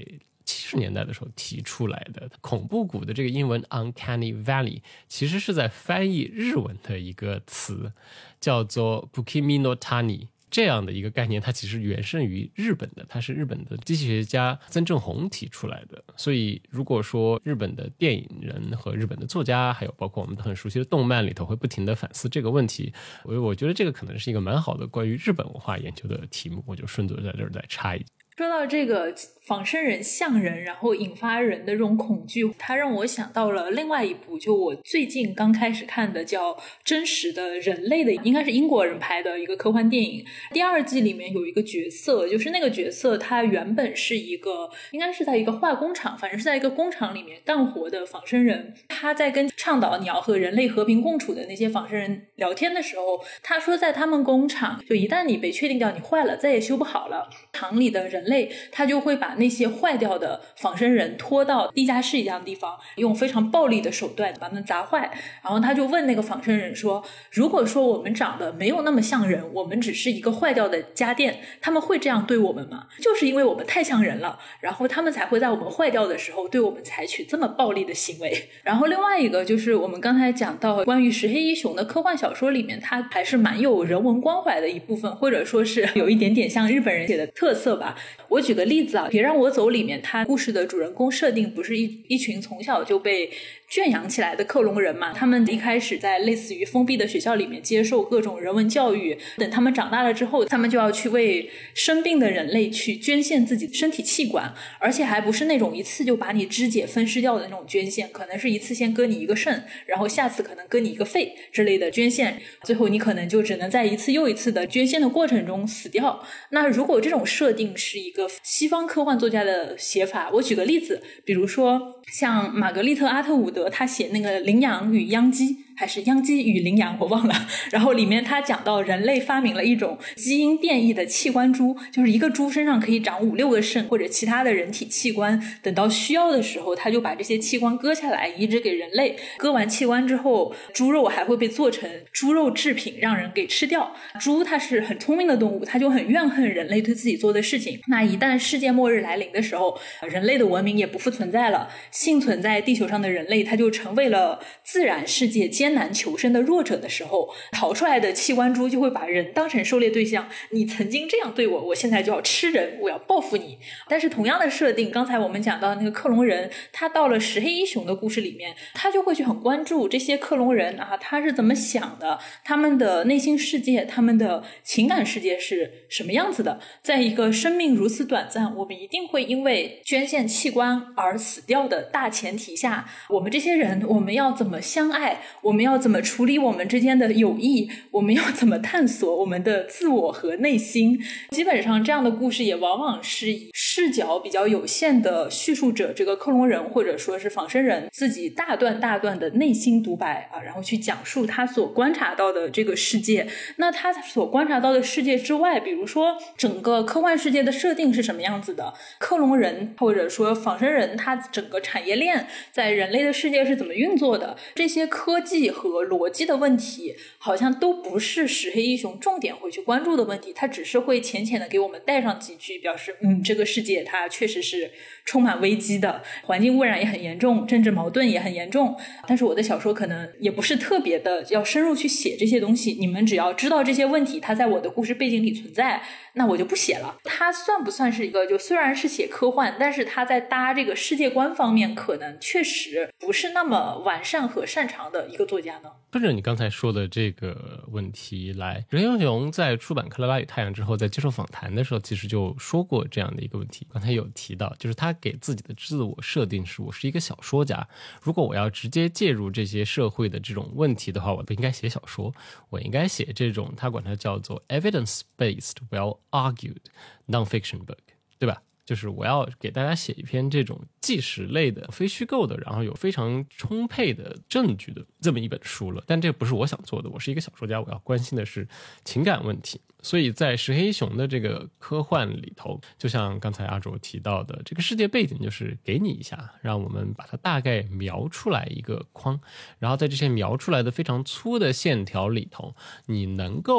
七十年代的时候提出来的。恐怖谷的这个英文 Uncanny Valley 其实是在翻译日文的一个词，叫做 Bukimi no Tani。这样的一个概念它其实原生于日本的，它是日本的机器学家曾正弘提出来的。所以如果说日本的电影人和日本的作家，还有包括我们很熟悉的动漫里头会不停地反思这个问题，我我觉得这个可能是一个蛮好的关于日本文化研究的题目，我就顺嘴在这儿再插一句。 说到这个仿生人像人，然后引发人的这种恐惧，它让我想到了另外一部，就我最近刚开始看的叫《真实的人类》的，应该是英国人拍的一个科幻电影。第二季里面有一个角色，就是那个角色他原本是一个应该是在一个化工厂，反正是在一个工厂里面干活的仿生人。他在跟倡导你要和人类和平共处的那些仿生人聊天的时候，他说在他们工厂，就一旦你被确定掉你坏了，再也修不好了，厂里的人类他就会把那些坏掉的仿生人拖到地下室一样的地方，用非常暴力的手段把他们砸坏。然后他就问那个仿生人说，如果说我们长得没有那么像人，我们只是一个坏掉的家电，他们会这样对我们吗？就是因为我们太像人了，然后他们才会在我们坏掉的时候对我们采取这么暴力的行为。然后另外一个就是我们刚才讲到关于石黑一雄的科幻小说里面，它还是蛮有人文关怀的一部分，或者说是有一点点像日本人写的特色吧。我举个例子啊，别让我走里面，他故事的主人公设定不是一一群从小就被圈养起来的克隆人嘛，他们一开始在类似于封闭的学校里面接受各种人文教育，等他们长大了之后，他们就要去为生病的人类去捐献自己的身体器官，而且还不是那种一次就把你肢解分尸掉的那种捐献，可能是一次先割你一个肾，然后下次可能割你一个肺之类的捐献，最后你可能就只能在一次又一次的捐献的过程中死掉。那如果这种设定是一个西方科幻作家的写法，我举个例子，比如说像玛格丽特·阿特伍德，他写那个羚羊与秧鸡，还是秧鸡与羚羊我忘了，然后里面他讲到人类发明了一种基因变异的器官猪，就是一个猪身上可以长五六个肾或者其他的人体器官，等到需要的时候他就把这些器官割下来移植给人类，割完器官之后猪肉还会被做成猪肉制品让人给吃掉。猪它是很聪明的动物，它就很怨恨人类对自己做的事情，那一旦世界末日来临的时候，人类的文明也不复存在了，幸存在地球上的人类他就成为了自然世界艰难求生的弱者的时候，逃出来的器官猪就会把人当成狩猎对象，你曾经这样对我，我现在就要吃人，我要报复你。但是同样的设定，刚才我们讲到那个克隆人，他到了石黑一雄的故事里面，他就会去很关注这些克隆人啊，他是怎么想的，他们的内心世界，他们的情感世界是什么样子的。在一个生命如此短暂，我们一定会因为捐献器官而死掉的大前提下，我们这些人我们要怎么相爱，我们要怎么处理我们之间的友谊，我们要怎么探索我们的自我和内心。基本上这样的故事也往往是以视角比较有限的叙述者，这个克隆人或者说是仿生人自己大段大段的内心独白啊，然后去讲述他所观察到的这个世界。那他所观察到的世界之外，比如说整个科幻世界的设定是什么样子的，克隆人或者说仿生人他整个产业链在人类的世界是怎么运作的，这些科技和逻辑的问题好像都不是石黑一雄重点会去关注的问题，他只是会浅浅的给我们带上几句，表示嗯，这个世界它确实是充满危机的，环境污染也很严重，政治矛盾也很严重。但是我的小说可能也不是特别的要深入去写这些东西，你们只要知道这些问题它在我的故事背景里存在，那我就不写了。它算不算是一个就虽然是写科幻，但是它在搭这个世界观方面可能确实不是那么完善和擅长的一个作家呢？ 顺着你刚才说的这个问题来，石黑一雄在出版《克拉拉与太阳》之后，在接受访谈的时候其实就说过这样的一个问题，刚才有提到，就是他给自己的自我设定是我是一个小说家，如果我要直接介入这些社会的这种问题的话，我不应该写小说，我应该写这种他管它叫做 evidence-based well-argued non-fiction book， 对吧？就是我要给大家写一篇这种纪实类的非虚构的，然后有非常充沛的证据的这么一本书了，但这不是我想做的，我是一个小说家，我要关心的是情感问题。所以在石黑一雄的这个科幻里头，就像刚才阿卓提到的，这个世界背景就是给你一下，让我们把它大概描出来一个框，然后在这些描出来的非常粗的线条里头，你能够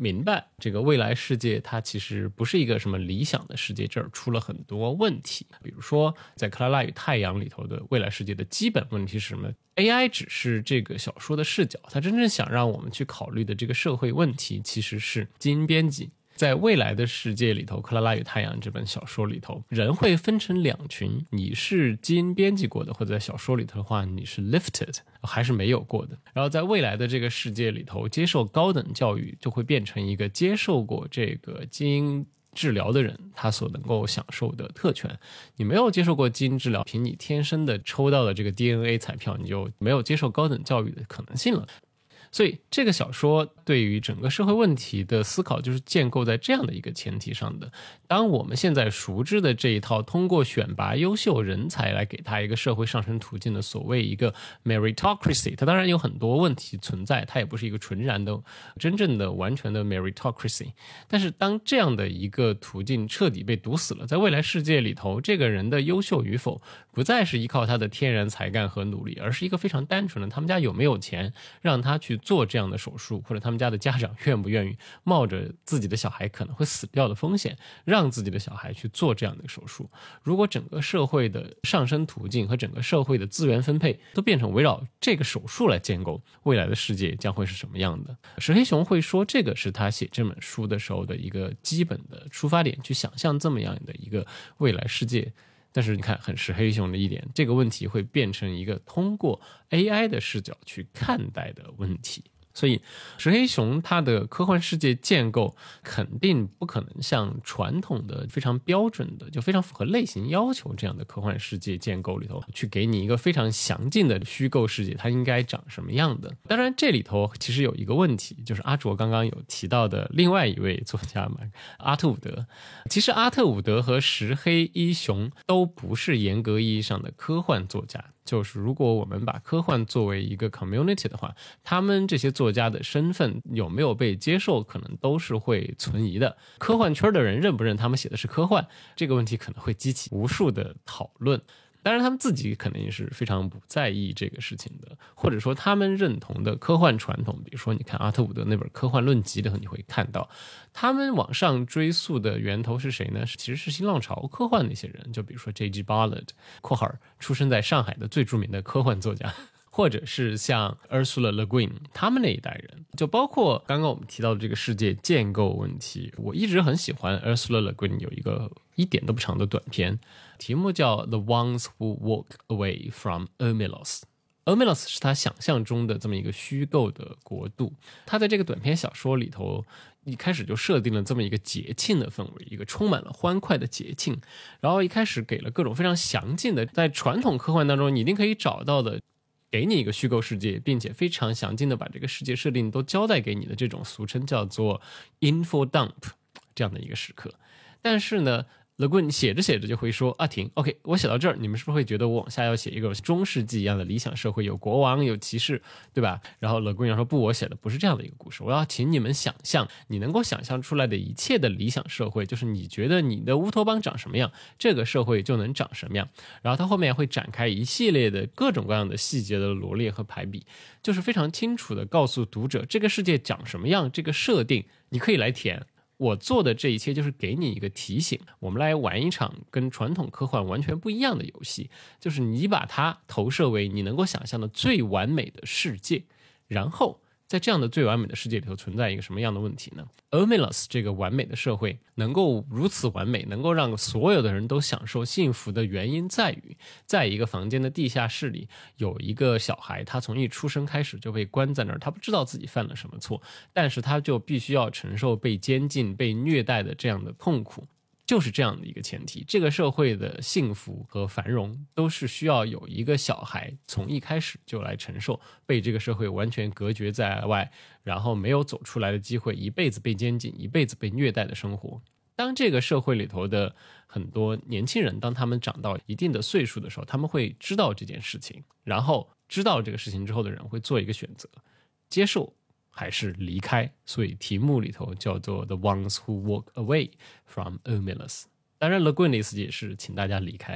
明白这个未来世界它其实不是一个什么理想的世界，这儿出了很多问题。比如说在克拉拉与太阳里头的未来世界的基本问题是什么？ A I 只是这个小说的视角，它真正想让我们去考虑的这个社会问题其实是基因编辑。在未来的世界里头，《克拉拉与太阳》这本小说里头，人会分成两群，你是基因编辑过的，或者在小说里头的话，你是 lifted 还是没有过的。然后在未来的这个世界里头，接受高等教育就会变成一个接受过这个基因治疗的人他所能够享受的特权。你没有接受过基因治疗，凭你天生的抽到的这个 D N A 彩票，你就没有接受高等教育的可能性了。所以这个小说对于整个社会问题的思考就是建构在这样的一个前提上的。当我们现在熟知的这一套通过选拔优秀人才来给他一个社会上升途径的所谓一个 meritocracy， 它当然有很多问题存在，它也不是一个纯然的真正的完全的 meritocracy。 但是当这样的一个途径彻底被堵死了，在未来世界里头，这个人的优秀与否不再是依靠他的天然才干和努力，而是一个非常单纯的他们家有没有钱让他去做这样的手术，或者他们家的家长愿不愿意冒着自己的小孩可能会死掉的风险让自己的小孩去做这样的手术。如果整个社会的上升途径和整个社会的资源分配都变成围绕这个手术来建构，未来的世界将会是什么样的？石黑雄会说这个是他写这本书的时候的一个基本的出发点，去想象这么样的一个未来世界。但是你看很石黑雄的一点，这个问题会变成一个通过 A I 的视角去看待的问题。所以石黑雄他的科幻世界建构肯定不可能像传统的非常标准的就非常符合类型要求这样的科幻世界建构里头去给你一个非常详尽的虚构世界它应该长什么样的。当然这里头其实有一个问题，就是阿卓刚刚有提到的另外一位作家嘛，阿特伍德。其实阿特伍德和石黑一雄都不是严格意义上的科幻作家，就是如果我们把科幻作为一个 community 的话，他们这些作家的身份有没有被接受可能都是会存疑的。科幻圈的人认不认他们写的是科幻，这个问题可能会激起无数的讨论。当然他们自己肯定是非常不在意这个事情的，或者说他们认同的科幻传统，比如说你看阿特伍德那本科幻论集里头，你会看到他们往上追溯的源头是谁呢？其实是新浪潮科幻那些人，就比如说 J G Ballard 括号出生在上海的最著名的科幻作家，或者是像 Ursula Le Guin 他们那一代人，就包括刚刚我们提到的这个世界建构问题。我一直很喜欢 Ursula Le Guin 有一个一点都不长的短片，题目叫 The Ones Who Walk Away from Ermilos。Ermilos 是他想象中的这么一个虚构的国度。他在这个短篇小说里头一开始就设定了这么一个节庆的氛围，一个充满了欢快的节庆，然后一开始给了各种非常详尽的在传统科幻当中你一定可以找到的，给你一个虚构世界，并且非常详尽的把这个世界设定都交代给你的这种俗称叫做 info dump 这样的一个时刻。但是呢Le Guin 写着写着就会说啊停 OK 我写到这儿，你们是不是会觉得我往下要写一个中世纪一样的理想社会，有国王有骑士对吧？然后 Le Guin 说不，我写的不是这样的一个故事，我要请你们想象你能够想象出来的一切的理想社会，就是你觉得你的乌托邦长什么样，这个社会就能长什么样。然后他后面会展开一系列的各种各样的细节的罗列和排比，就是非常清楚的告诉读者这个世界长什么样，这个设定你可以来填。我做的这一切就是给你一个提醒，我们来玩一场跟传统科幻完全不一样的游戏，就是你把它投射为你能够想象的最完美的世界，然后在这样的最完美的世界里头存在一个什么样的问题呢？ Ermilos 这个完美的社会能够如此完美，能够让所有的人都享受幸福的原因在于，在一个房间的地下室里有一个小孩，他从一出生开始就被关在那儿，他不知道自己犯了什么错，但是他就必须要承受被监禁被虐待的这样的痛苦。就是这样的一个前提，这个社会的幸福和繁荣都是需要有一个小孩从一开始就来承受被这个社会完全隔绝在外，然后没有走出来的机会，一辈子被监禁，一辈子被虐待的生活。当这个社会里头的很多年轻人，当他们长到一定的岁数的时候，他们会知道这件事情，然后知道这个事情之后的人会做一个选择，接受还是离开，所以题目里头叫做 The Ones Who Walk Away from Ermilos。 当然 Le Guin 的意思也是请大家离开。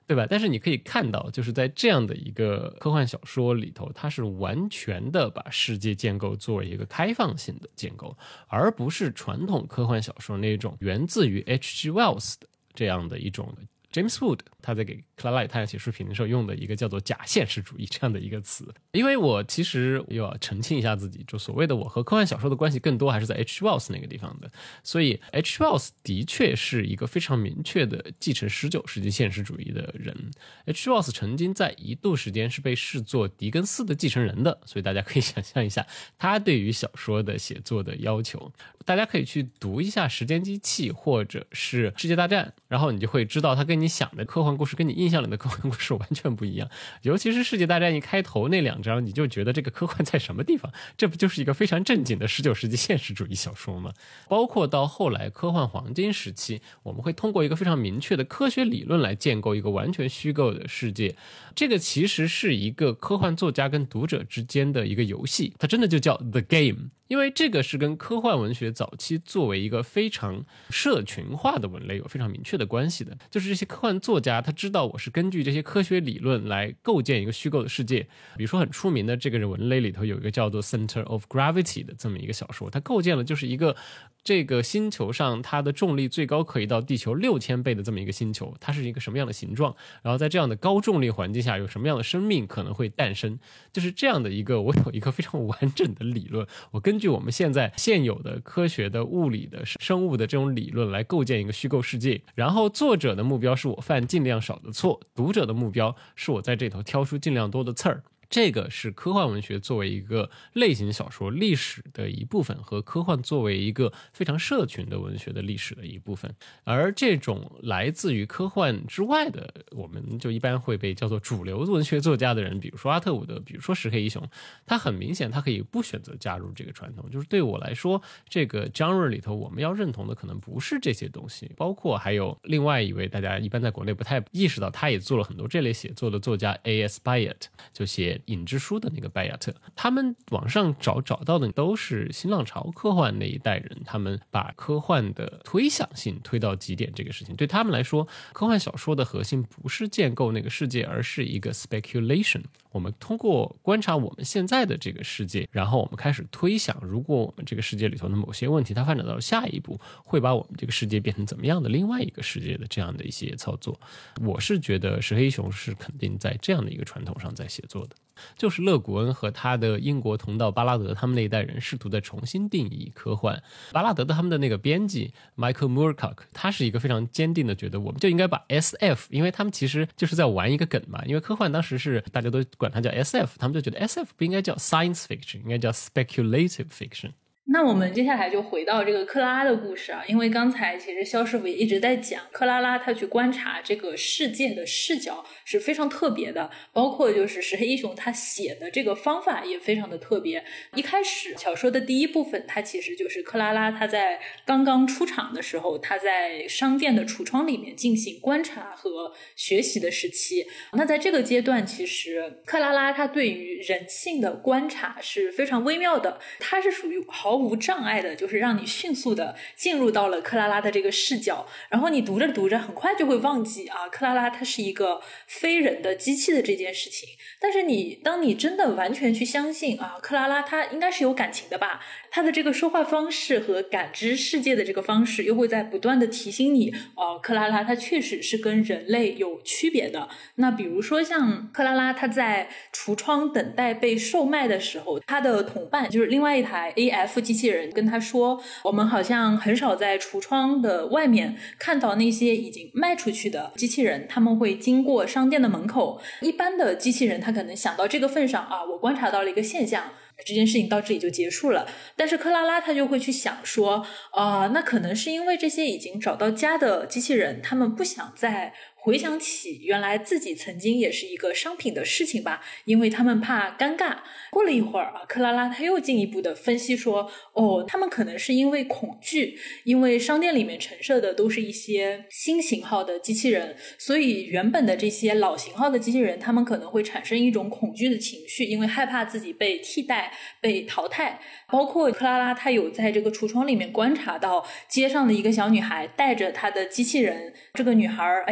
对吧？但是你可以看到，就是在这样的一个科幻小说里头，它是完全的把世界建构作为一个开放性的建构，而不是传统科幻小说那种源自于 H G Wells 的这样的一种 James Wood 他在给克拉拉与太阳写书评的时候用的一个叫做假现实主义这样的一个词。因为我其实又要澄清一下自己，就所谓的我和科幻小说的关系更多还是在 H G Wells 那个地方的，所以 H G Wells 的确是一个非常明确的继承十九世纪现实主义的人。 H G Wells 曾经在一度时间是被视作狄更斯的继承人的，所以大家可以想象一下他对于小说的写作的要求。大家可以去读一下时间机器或者是世界大战，然后你就会知道他跟你想的科幻故事跟你印象里的科幻故事完全不一样。尤其是世界大战一开头那两章，你就觉得这个科幻在什么地方，这不就是一个非常正经的十九世纪现实主义小说吗？包括到后来科幻黄金时期，我们会通过一个非常明确的科学理论来建构一个完全虚构的世界，这个其实是一个科幻作家跟读者之间的一个游戏，它真的就叫 The Game。因为这个是跟科幻文学早期作为一个非常社群化的文类有非常明确的关系的，就是这些科幻作家他知道我是根据这些科学理论来构建一个虚构的世界。比如说很出名的这个文类里头有一个叫做 Center of Gravity 的这么一个小说，它构建了就是一个这个星球上它的重力最高可以到地球六千倍的这么一个星球，它是一个什么样的形状，然后在这样的高重力环境下有什么样的生命可能会诞生，就是这样的一个我有一个非常完整的理论，我根据我们现在现有的科学的物理的生物的这种理论来构建一个虚构世界，然后作者的目标是我犯尽量少的错，读者的目标是我在这头挑出尽量多的刺儿。这个是科幻文学作为一个类型小说历史的一部分，和科幻作为一个非常社群的文学的历史的一部分。而这种来自于科幻之外的，我们就一般会被叫做主流文学作家的人，比如说阿特伍德，比如说石黑一雄，他很明显他可以不选择加入这个传统。就是对我来说，这个 genre 里头我们要认同的可能不是这些东西，包括还有另外一位大家一般在国内不太意识到他也做了很多这类写作的作家 A S Byatt， 就写影之书的那个拜亚特，他们网上找找到的都是新浪潮科幻那一代人，他们把科幻的推想性推到极点。这个事情对他们来说，科幻小说的核心不是建构那个世界，而是一个 speculation。 我们通过观察我们现在的这个世界，然后我们开始推想，如果我们这个世界里头的某些问题它发展到下一步，会把我们这个世界变成怎么样的另外一个世界的这样的一些操作。我是觉得石黑一雄是肯定在这样的一个传统上在写作的。就是勒古恩和他的英国同道巴拉德他们那一代人试图在重新定义科幻。巴拉德的他们的那个编辑 Michael Moorcock， 他是一个非常坚定的觉得我们就应该把 S F， 因为他们其实就是在玩一个梗嘛，因为科幻当时是大家都管它叫 S F， 他们就觉得 S F 不应该叫 Science Fiction， 应该叫 Speculative Fiction。 那我们接下来就回到这个克拉拉的故事啊，因为刚才其实肖师傅也一直在讲克拉拉他去观察这个世界的视角是非常特别的，包括就是石黑一雄他写的这个方法也非常的特别。一开始小说的第一部分，它其实就是克拉拉他在刚刚出场的时候，他在商店的橱窗里面进行观察和学习的时期。那在这个阶段，其实克拉拉他对于人性的观察是非常微妙的，他是属于毫无障碍的，就是让你迅速的进入到了克拉拉的这个视角，然后你读着读着很快就会忘记啊，克拉拉它是一个非人的机器的这件事情。但是你当你真的完全去相信啊，克拉拉她应该是有感情的吧，她的这个说话方式和感知世界的这个方式又会在不断的提醒你哦、啊，克拉拉她确实是跟人类有区别的。那比如说像克拉拉她在橱窗等待被售卖的时候，她的同伴就是另外一台 A F 机器人跟她说，我们好像很少在橱窗的外面看到那些已经卖出去的机器人，他们会经过商店的门口，一般的机器人他可能想到这个份上啊，我观察到了一个现象，这件事情到这里就结束了。但是克拉拉他就会去想说啊、呃，那可能是因为这些已经找到家的机器人，他们不想再回想起原来自己曾经也是一个商品的事情吧，因为他们怕尴尬。过了一会儿啊，克拉拉他又进一步的分析说，哦，他们可能是因为恐惧，因为商店里面陈设的都是一些新型号的机器人，所以原本的这些老型号的机器人他们可能会产生一种恐惧的情绪，因为害怕自己被替代被淘汰。包括克拉拉她有在这个橱窗里面观察到街上的一个小女孩带着她的机器人，这个女孩哎，她脸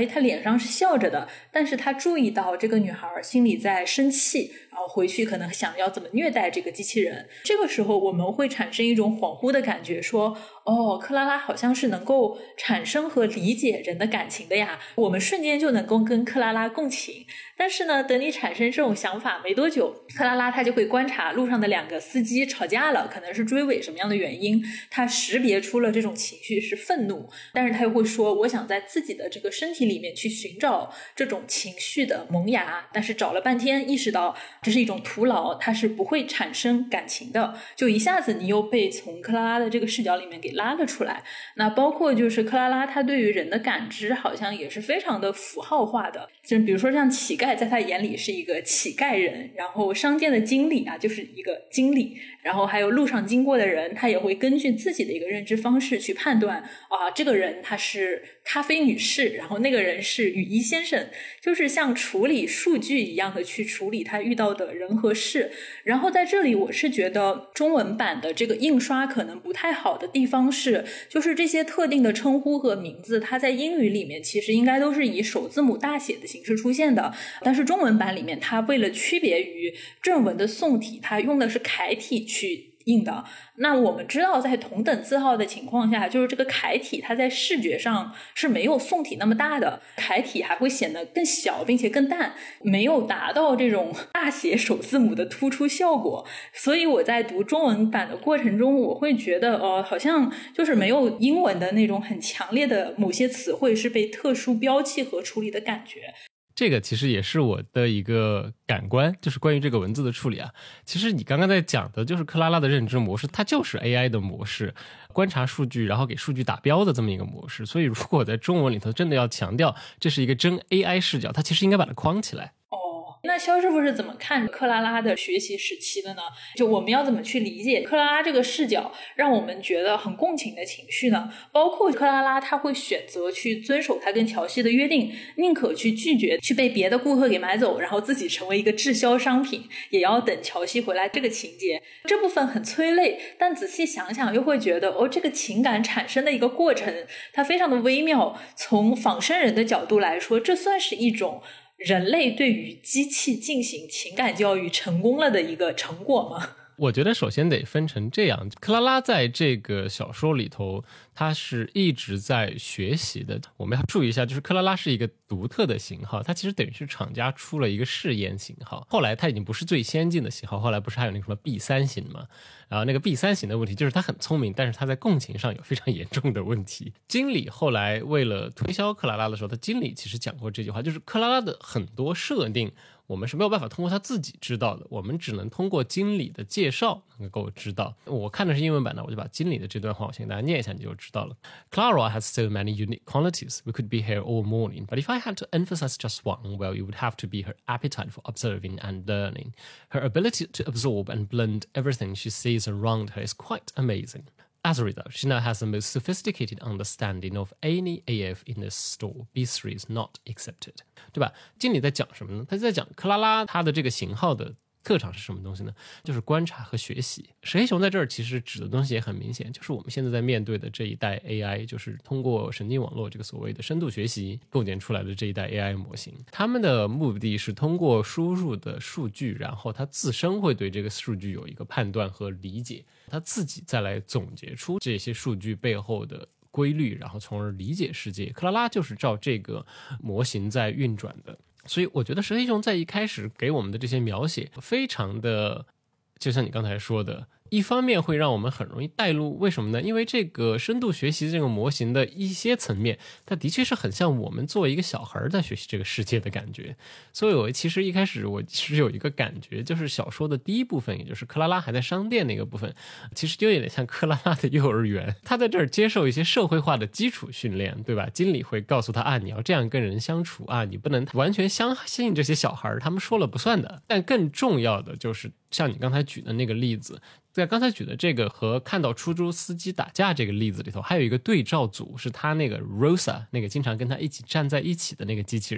上是笑着的，但是他注意到这个女孩心里在生气，然后回去可能想要怎么虐待这个机器人。这个时候我们会产生一种恍惚的感觉，说哦，克拉拉好像是能够产生和理解人的感情的呀，我们瞬间就能够跟克拉拉共情。但是呢，等你产生这种想法没多久，克拉拉她就会观察路上的两个司机吵架了，可能是追尾什么样的原因，她识别出了这种情绪是愤怒，但是她又会说我想在自己的这个身体里面去寻找这种情绪的萌芽，但是找了半天意识到这是一种徒劳，它是不会产生感情的，就一下子你又被从克拉拉的这个视角里面给拉了出来。那包括就是克拉拉她对于人的感知好像也是非常的符号化的，就比如说像乞丐在他眼里是一个乞丐人，然后商店的经理啊就是一个经理，然后还有路上经过的人，他也会根据自己的一个认知方式去判断啊，这个人他是咖啡女士，然后那个人是雨衣先生，就是像处理数据一样的去处理他遇到的人和事。然后在这里我是觉得中文版的这个印刷可能不太好的地方是，就是这些特定的称呼和名字它在英语里面其实应该都是以首字母大写的形式出现的，但是中文版里面它为了区别于正文的宋体，它用的是楷体去印的。那我们知道在同等字号的情况下，就是这个楷体它在视觉上是没有宋体那么大的，楷体还会显得更小并且更淡，没有达到这种大写首字母的突出效果。所以我在读中文版的过程中，我会觉得呃，好像就是没有英文的那种很强烈的某些词汇是被特殊标记和处理的感觉。 这个其实也是我的一个感官，就是关于这个文字的处理啊。其实你刚刚在讲的就是克拉拉的认知模式，它就是 A I 的模式，观察数据然后给数据打标的这么一个模式。所以如果在中文里头真的要强调这是一个真 A I 视角，它其实应该把它框起来。 那肖师傅是怎么看克拉拉的学习时期的呢？就我们要怎么去理解克拉拉这个视角让我们觉得很共情的情绪呢？包括克拉拉她会选择去遵守她跟乔西的约定，宁可去拒绝去被别的顾客给买走，然后自己成为一个滞销商品，也要等乔西回来，这个情节这部分很催泪，但仔细想想又会觉得哦，这个情感产生的一个过程它非常的微妙。从仿生人的角度来说，这算是一种人类对于机器进行情感教育成功了的一个成果吗？ 我觉得首先得分成这样，克拉拉在这个小说里头她是一直在学习的。我们要注意一下，就是克拉拉是一个独特的型号，它其实等于是厂家出了一个试验型号，后来它已经不是最先进的型号，后来不是还有那个什么 B 三 型吗？然后那个 B 三 型的问题就是它很聪明，但是它在共情上有非常严重的问题。经理后来为了推销克拉拉的时候，他经理其实讲过这句话，就是克拉拉的很多设定我们是没有办法通过他自己知道的，我们只能通过经理的介绍能够知道。我看的是英文版的，我就把经理的这段话我先给大家念一下，你就知道了。Clara has so many unique qualities. We could be here all morning, but if I had to emphasize just one, well, it would have to be her appetite for observing and learning. Her ability to absorb and blend everything she sees around her is quite amazing.As a result, she now has the most sophisticated understanding of any A F in this store. B three is not accepted. 对吧？经理在讲什么呢？他在讲克拉拉她的这个型号的特长是什么东西呢？就是观察和学习。石黑雄在这儿其实指的东西也很明显，就是我们现在在面对的这一代 A I， 就是通过神经网络这个所谓的深度学习构建出来的这一代 A I 模型。他们的目的是通过输入的数据，然后它自身会对这个数据有一个判断和理解，它自己再来总结出这些数据背后的规律，然后从而理解世界。克拉拉就是照这个模型在运转的。所以我觉得石黑雄在一开始给我们的这些描写非常的，就像你刚才说的，一方面会让我们很容易带入，为什么呢？因为这个深度学习这个模型的一些层面，它的确是很像我们作为一个小孩在学习这个世界的感觉。所以我其实一开始我是有一个感觉，就是小说的第一部分，也就是克拉拉还在商店那个部分，其实就有点像克拉拉的幼儿园，他在这儿接受一些社会化的基础训练，对吧？经理会告诉他啊，你要这样跟人相处啊，你不能完全相信这些小孩，他们说了不算的。但更重要的就是像你刚才举的那个例子，在刚才举的这个和看到出租司机打架这个例子里头，还有一个对照组，是他那个 Rosa 那个经常跟他一起站在一起的那个机器人。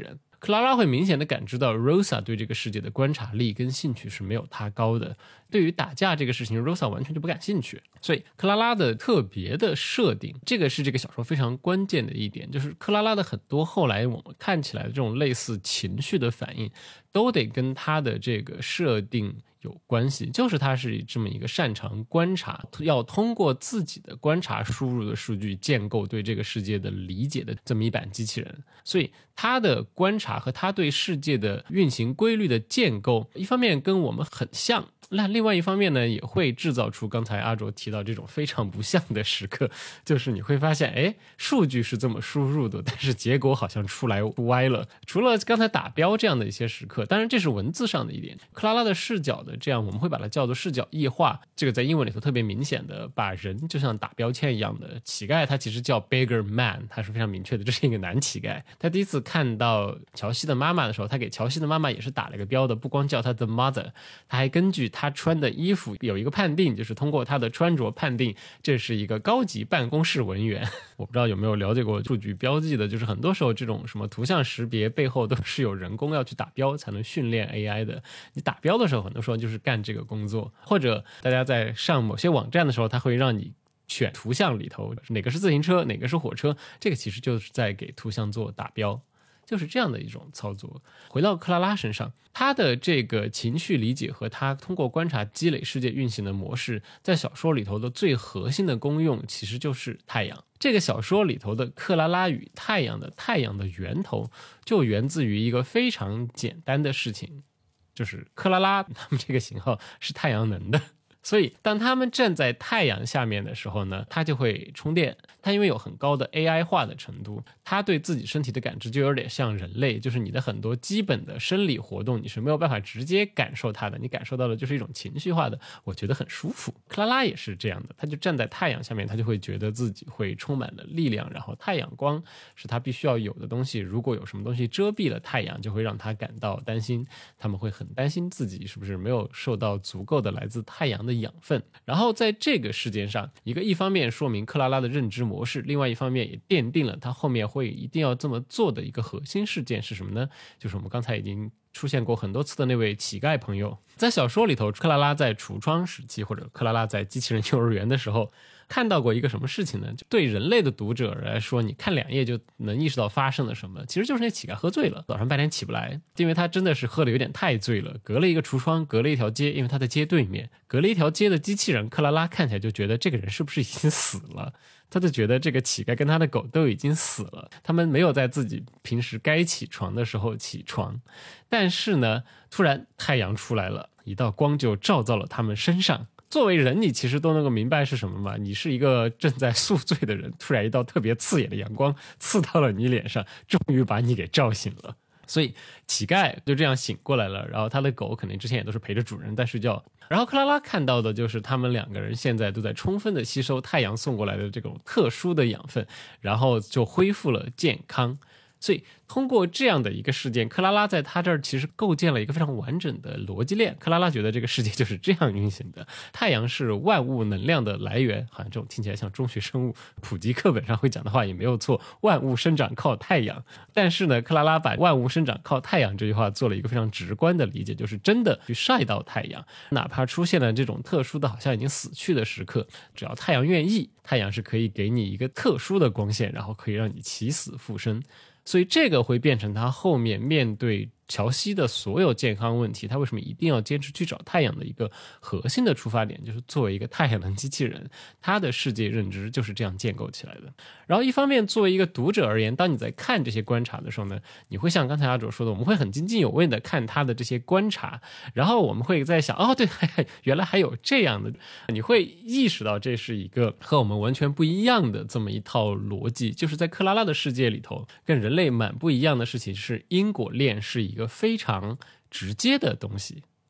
克拉拉会明显的感知到 Rosa 对这个世界的观察力跟兴趣是没有她高的，对于打架这个事情 Rosa 完全就不感兴趣。所以克拉拉的特别的设定，这个是这个小说非常关键的一点，就是克拉拉的很多后来我们看起来的这种类似情绪的反应都得跟她的这个设定有关系，就是他是这么一个擅长观察，要通过自己的观察输入的数据建构对这个世界的理解的这么一版机器人。所以他的观察和他对世界的运行规律的建构，一方面跟我们很像，那另外一方面呢，也会制造出刚才阿卓提到这种非常不像的时刻，就是你会发现，哎，数据是这么输入的，但是结果好像出来歪了。除了刚才打标这样的一些时刻，当然这是文字上的一点，克拉拉的视角的这样，我们会把它叫做视角异化，这个在英文里头特别明显的，把人就像打标签一样的。乞丐他其实叫 beggar man， 他是非常明确的，这是一个男乞丐。他第一次看到乔西的妈妈的时候，他给乔西的妈妈也是打了个标的，不光叫他 the mother， 他还根据他穿的衣服有一个判定，就是通过他的穿着判定这是一个高级办公室文员。我不知道有没有了解过数据标记的，就是很多时候这种什么图像识别背后都是有人工要去打标才能训练 A I 的。你打标的时候很多时候就是干这个工作，或者大家在上某些网站的时候，他会让你选图像里头哪个是自行车哪个是火车，这个其实就是在给图像做打标，就是这样的一种操作。回到克拉拉身上，他的这个情绪理解和他通过观察积累世界运行的模式，在小说里头的最核心的功用其实就是太阳。这个小说里头的克拉拉与太阳的太阳的源头就源自于一个非常简单的事情，就是克拉拉他们这个型号是太阳能的，所以当他们站在太阳下面的时候呢，它就会充电。它因为有很高的 A I 化的程度，它对自己身体的感知就有点像人类，就是你的很多基本的生理活动你是没有办法直接感受它的，你感受到的就是一种情绪化的，我觉得很舒服。克拉拉也是这样的，他就站在太阳下面，他就会觉得自己会充满了力量，然后太阳光是他必须要有的东西，如果有什么东西遮蔽了太阳，就会让他感到担心，他们会很担心自己是不是没有受到足够的来自太阳的养分。然后在这个事件上，一个一方面说明克拉拉的认知模式，另外一方面也奠定了他后面会一定要这么做的一个核心事件是什么呢？就是我们刚才已经出现过很多次的那位乞丐朋友。在小说里头，克拉拉在橱窗时期，或者克拉拉在机器人幼儿园的时候，看到过一个什么事情呢？就对人类的读者来说，你看两页就能意识到发生了什么，其实就是那乞丐喝醉了，早上半天起不来，因为他真的是喝的有点太醉了，隔了一个橱窗，隔了一条街，因为他在街对面，隔了一条街的机器人克拉拉看起来就觉得这个人是不是已经死了，他就觉得这个乞丐跟他的狗都已经死了，他们没有在自己平时该起床的时候起床。但是呢，突然太阳出来了，一道光就照到了他们身上。作为人，你其实都能够明白是什么嘛？你是一个正在宿醉的人，突然一道特别刺眼的阳光刺到了你脸上，终于把你给照醒了。所以乞丐就这样醒过来了，然后他的狗肯定之前也都是陪着主人在睡觉。然后克拉拉看到的就是他们两个人现在都在充分的吸收太阳送过来的这种特殊的养分，然后就恢复了健康。所以通过这样的一个事件，克拉拉在他这儿其实构建了一个非常完整的逻辑链。克拉拉觉得这个世界就是这样运行的，太阳是万物能量的来源，好像这种听起来像中学生物普及课本上会讲的话也没有错，万物生长靠太阳。但是呢，克拉拉把万物生长靠太阳这句话做了一个非常直观的理解，就是真的去晒到太阳，哪怕出现了这种特殊的好像已经死去的时刻，只要太阳愿意，太阳是可以给你一个特殊的光线，然后可以让你起死复生。所以这个会变成他后面面对乔西的所有健康问题，他为什么一定要坚持去找太阳的一个核心的出发点，就是作为一个太阳能机器人，他的世界认知就是这样建构起来的。然后一方面作为一个读者而言，当你在看这些观察的时候呢，你会像刚才阿卓说的，我们会很津津有味的看他的这些观察，然后我们会在想，哦对，原来还有这样的，你会意识到这是一个和我们完全不一样的这么一套逻辑。就是在克拉拉的世界里头，跟人类蛮不一样的事情是因果链是一个非常直接的东西，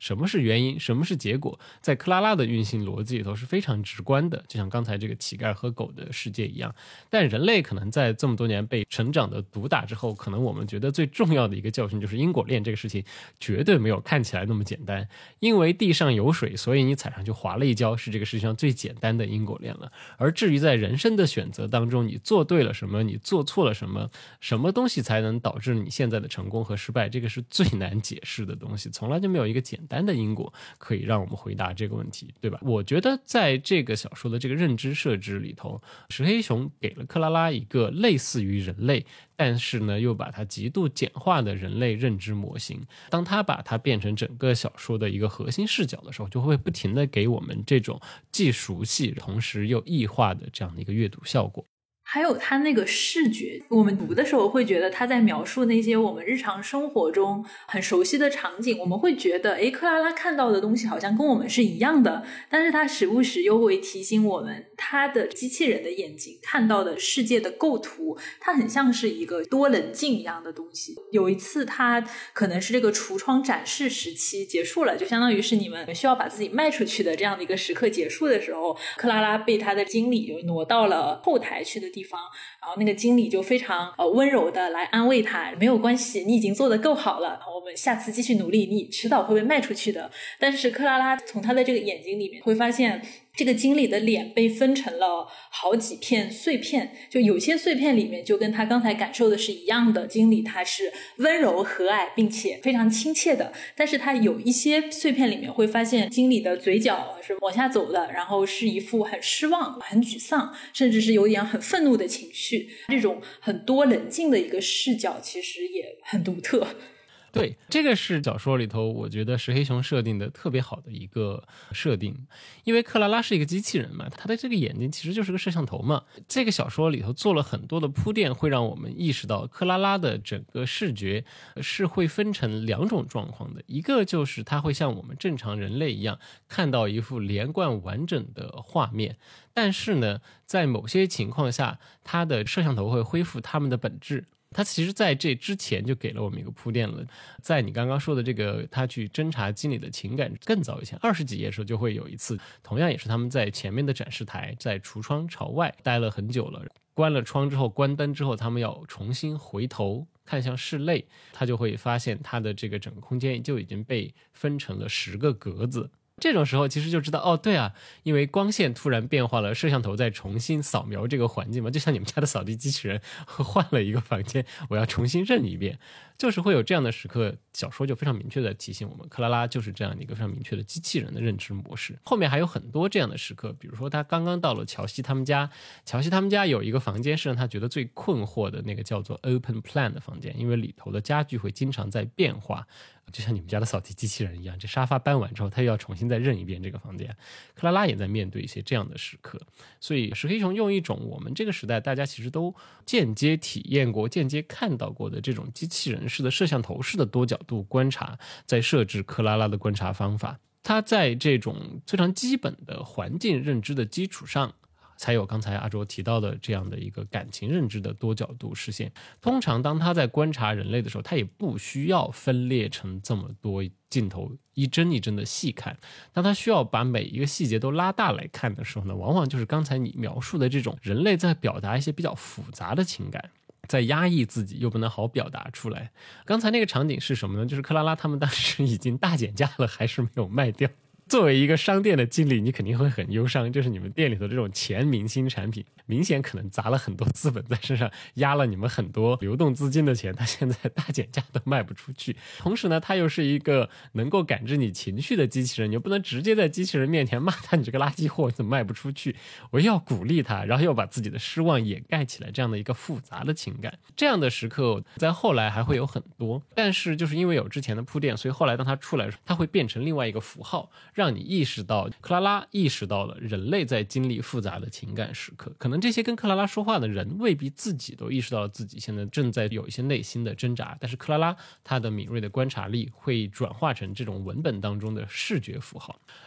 什么是原因，什么是结果，在克拉拉的运行逻辑里头是非常直观的，就像刚才这个乞丐和狗的世界一样。但人类可能在这么多年被成长的毒打之后，可能我们觉得最重要的一个教训就是因果链这个事情绝对没有看起来那么简单，因为地上有水，所以你踩上去滑了一跤，是这个世界上最简单的因果链了。而至于在人生的选择当中，你做对了什么，你做错了什么，什么东西才能导致你现在的成功和失败，这个是最难解释的东西，从来就没有一个简单的因果可以让我们回答这个问题，对吧？我觉得在这个小说的这个认知设置里头，石黑雄给了克拉拉一个类似于人类，但是呢又把它极度简化的人类认知模型。当他把它变成整个小说的一个核心视角的时候，就会不停地给我们这种既熟悉同时又异化的这样的一个阅读效果。 还有他那个视觉，我们读的时候会觉得他在描述那些我们日常生活中很熟悉的场景，我们会觉得诶，克拉拉看到的东西好像跟我们是一样的，但是他时不时又会提醒我们，他的机器人的眼睛看到的世界的构图，它很像是一个多棱镜一样的东西。有一次他可能是这个橱窗展示时期结束了，就相当于是你们需要把自己卖出去的这样的一个时刻结束的时候，克拉拉被他的经理就挪到了后台去的地方，然后那个经理就非常呃温柔的来安慰他，没有关系，你已经做得够好了，我们下次继续努力，你迟早会被卖出去的。但是克拉拉从他的这个眼睛里面会发现，这个经理的脸被分成了好几片碎片，就有些碎片里面就跟他刚才感受的是一样的，经理他是温柔和蔼并且非常亲切的，但是他有一些碎片里面会发现经理的嘴角是往下走的，然后是一副很失望很沮丧，甚至是有点很愤怒的情绪。这种很多棱镜的一个视角其实也很独特。 对，这个是小说里头我觉得石黑雄设定的特别好的一个设定，因为克拉拉是一个机器人嘛，她的这个眼睛其实就是个摄像头嘛。这个小说里头做了很多的铺垫，会让我们意识到克拉拉的整个视觉是会分成两种状况的，一个就是它会像我们正常人类一样看到一幅连贯完整的画面，但是呢在某些情况下它的摄像头会恢复它们的本质。他其实在这之前就给了我们一个铺垫了，在你刚刚说的这个他去侦查经理的情感更早以前二十几页的时候就会有一次，同样也是他们在前面的展示台在橱窗朝外待了很久了，关了窗之后关灯之后他们要重新回头看向室内，他就会发现他的这个整个空间就已经被分成了十个格子。这种时候其实就知道哦，对啊，因为光线突然变化了，摄像头在重新扫描这个环境嘛，就像你们家的扫地机器人换了一个房间，我要重新认一遍，就是会有这样的时刻。小说就非常明确的提醒我们，克拉拉就是这样的一个非常明确的机器人的认知模式。后面还有很多这样的时刻，比如说他刚刚到了乔西他们家，乔西他们家有一个房间是让他觉得最困惑的，那个叫做 open plan 的房间，因为里头的家具会经常在变化，就像你们家的扫地机器人一样，这沙发搬完之后他又要重新再认一遍这个房间。克拉拉也在面对一些这样的时刻，所以石黑雄用一种我们这个时代大家其实都间接体验过间接看到过的这种机器人式的摄像头式的多角度观察，在设置克拉拉的观察方法。他在这种非常基本的环境认知的基础上，才有刚才阿卓提到的这样的一个感情认知的多角度实现。通常当他在观察人类的时候，他也不需要分裂成这么多镜头一帧一帧的细看，当他需要把每一个细节都拉大来看的时候呢，往往就是刚才你描述的这种人类在表达一些比较复杂的情感，在压抑自己又不能好表达出来。刚才那个场景是什么呢？就是克拉拉他们当时已经大减价了，还是没有卖掉。作为一个商店的经理，你肯定会很忧伤，就是你们店里头这种前明星产品明显可能砸了很多资本在身上，压了你们很多流动资金的钱，它现在大减价都卖不出去。同时呢，它又是一个能够感知你情绪的机器人，你又不能直接在机器人面前骂他你这个垃圾货怎么卖不出去，我又要鼓励他，然后又把自己的失望掩盖起来，这样的一个复杂的情感。这样的时刻在后来还会有很多，但是就是因为有之前的铺垫，所以后来当他出来，他会变成另外一个符号，让你意识到克拉拉意识到了人类在经历复杂的情感时刻。可能这些跟克拉拉说话的人未必自己都意识到了自己现在正在有一些内心的挣扎，但是克拉拉她的敏锐的观察力会转化成这种文本当中的视觉符号。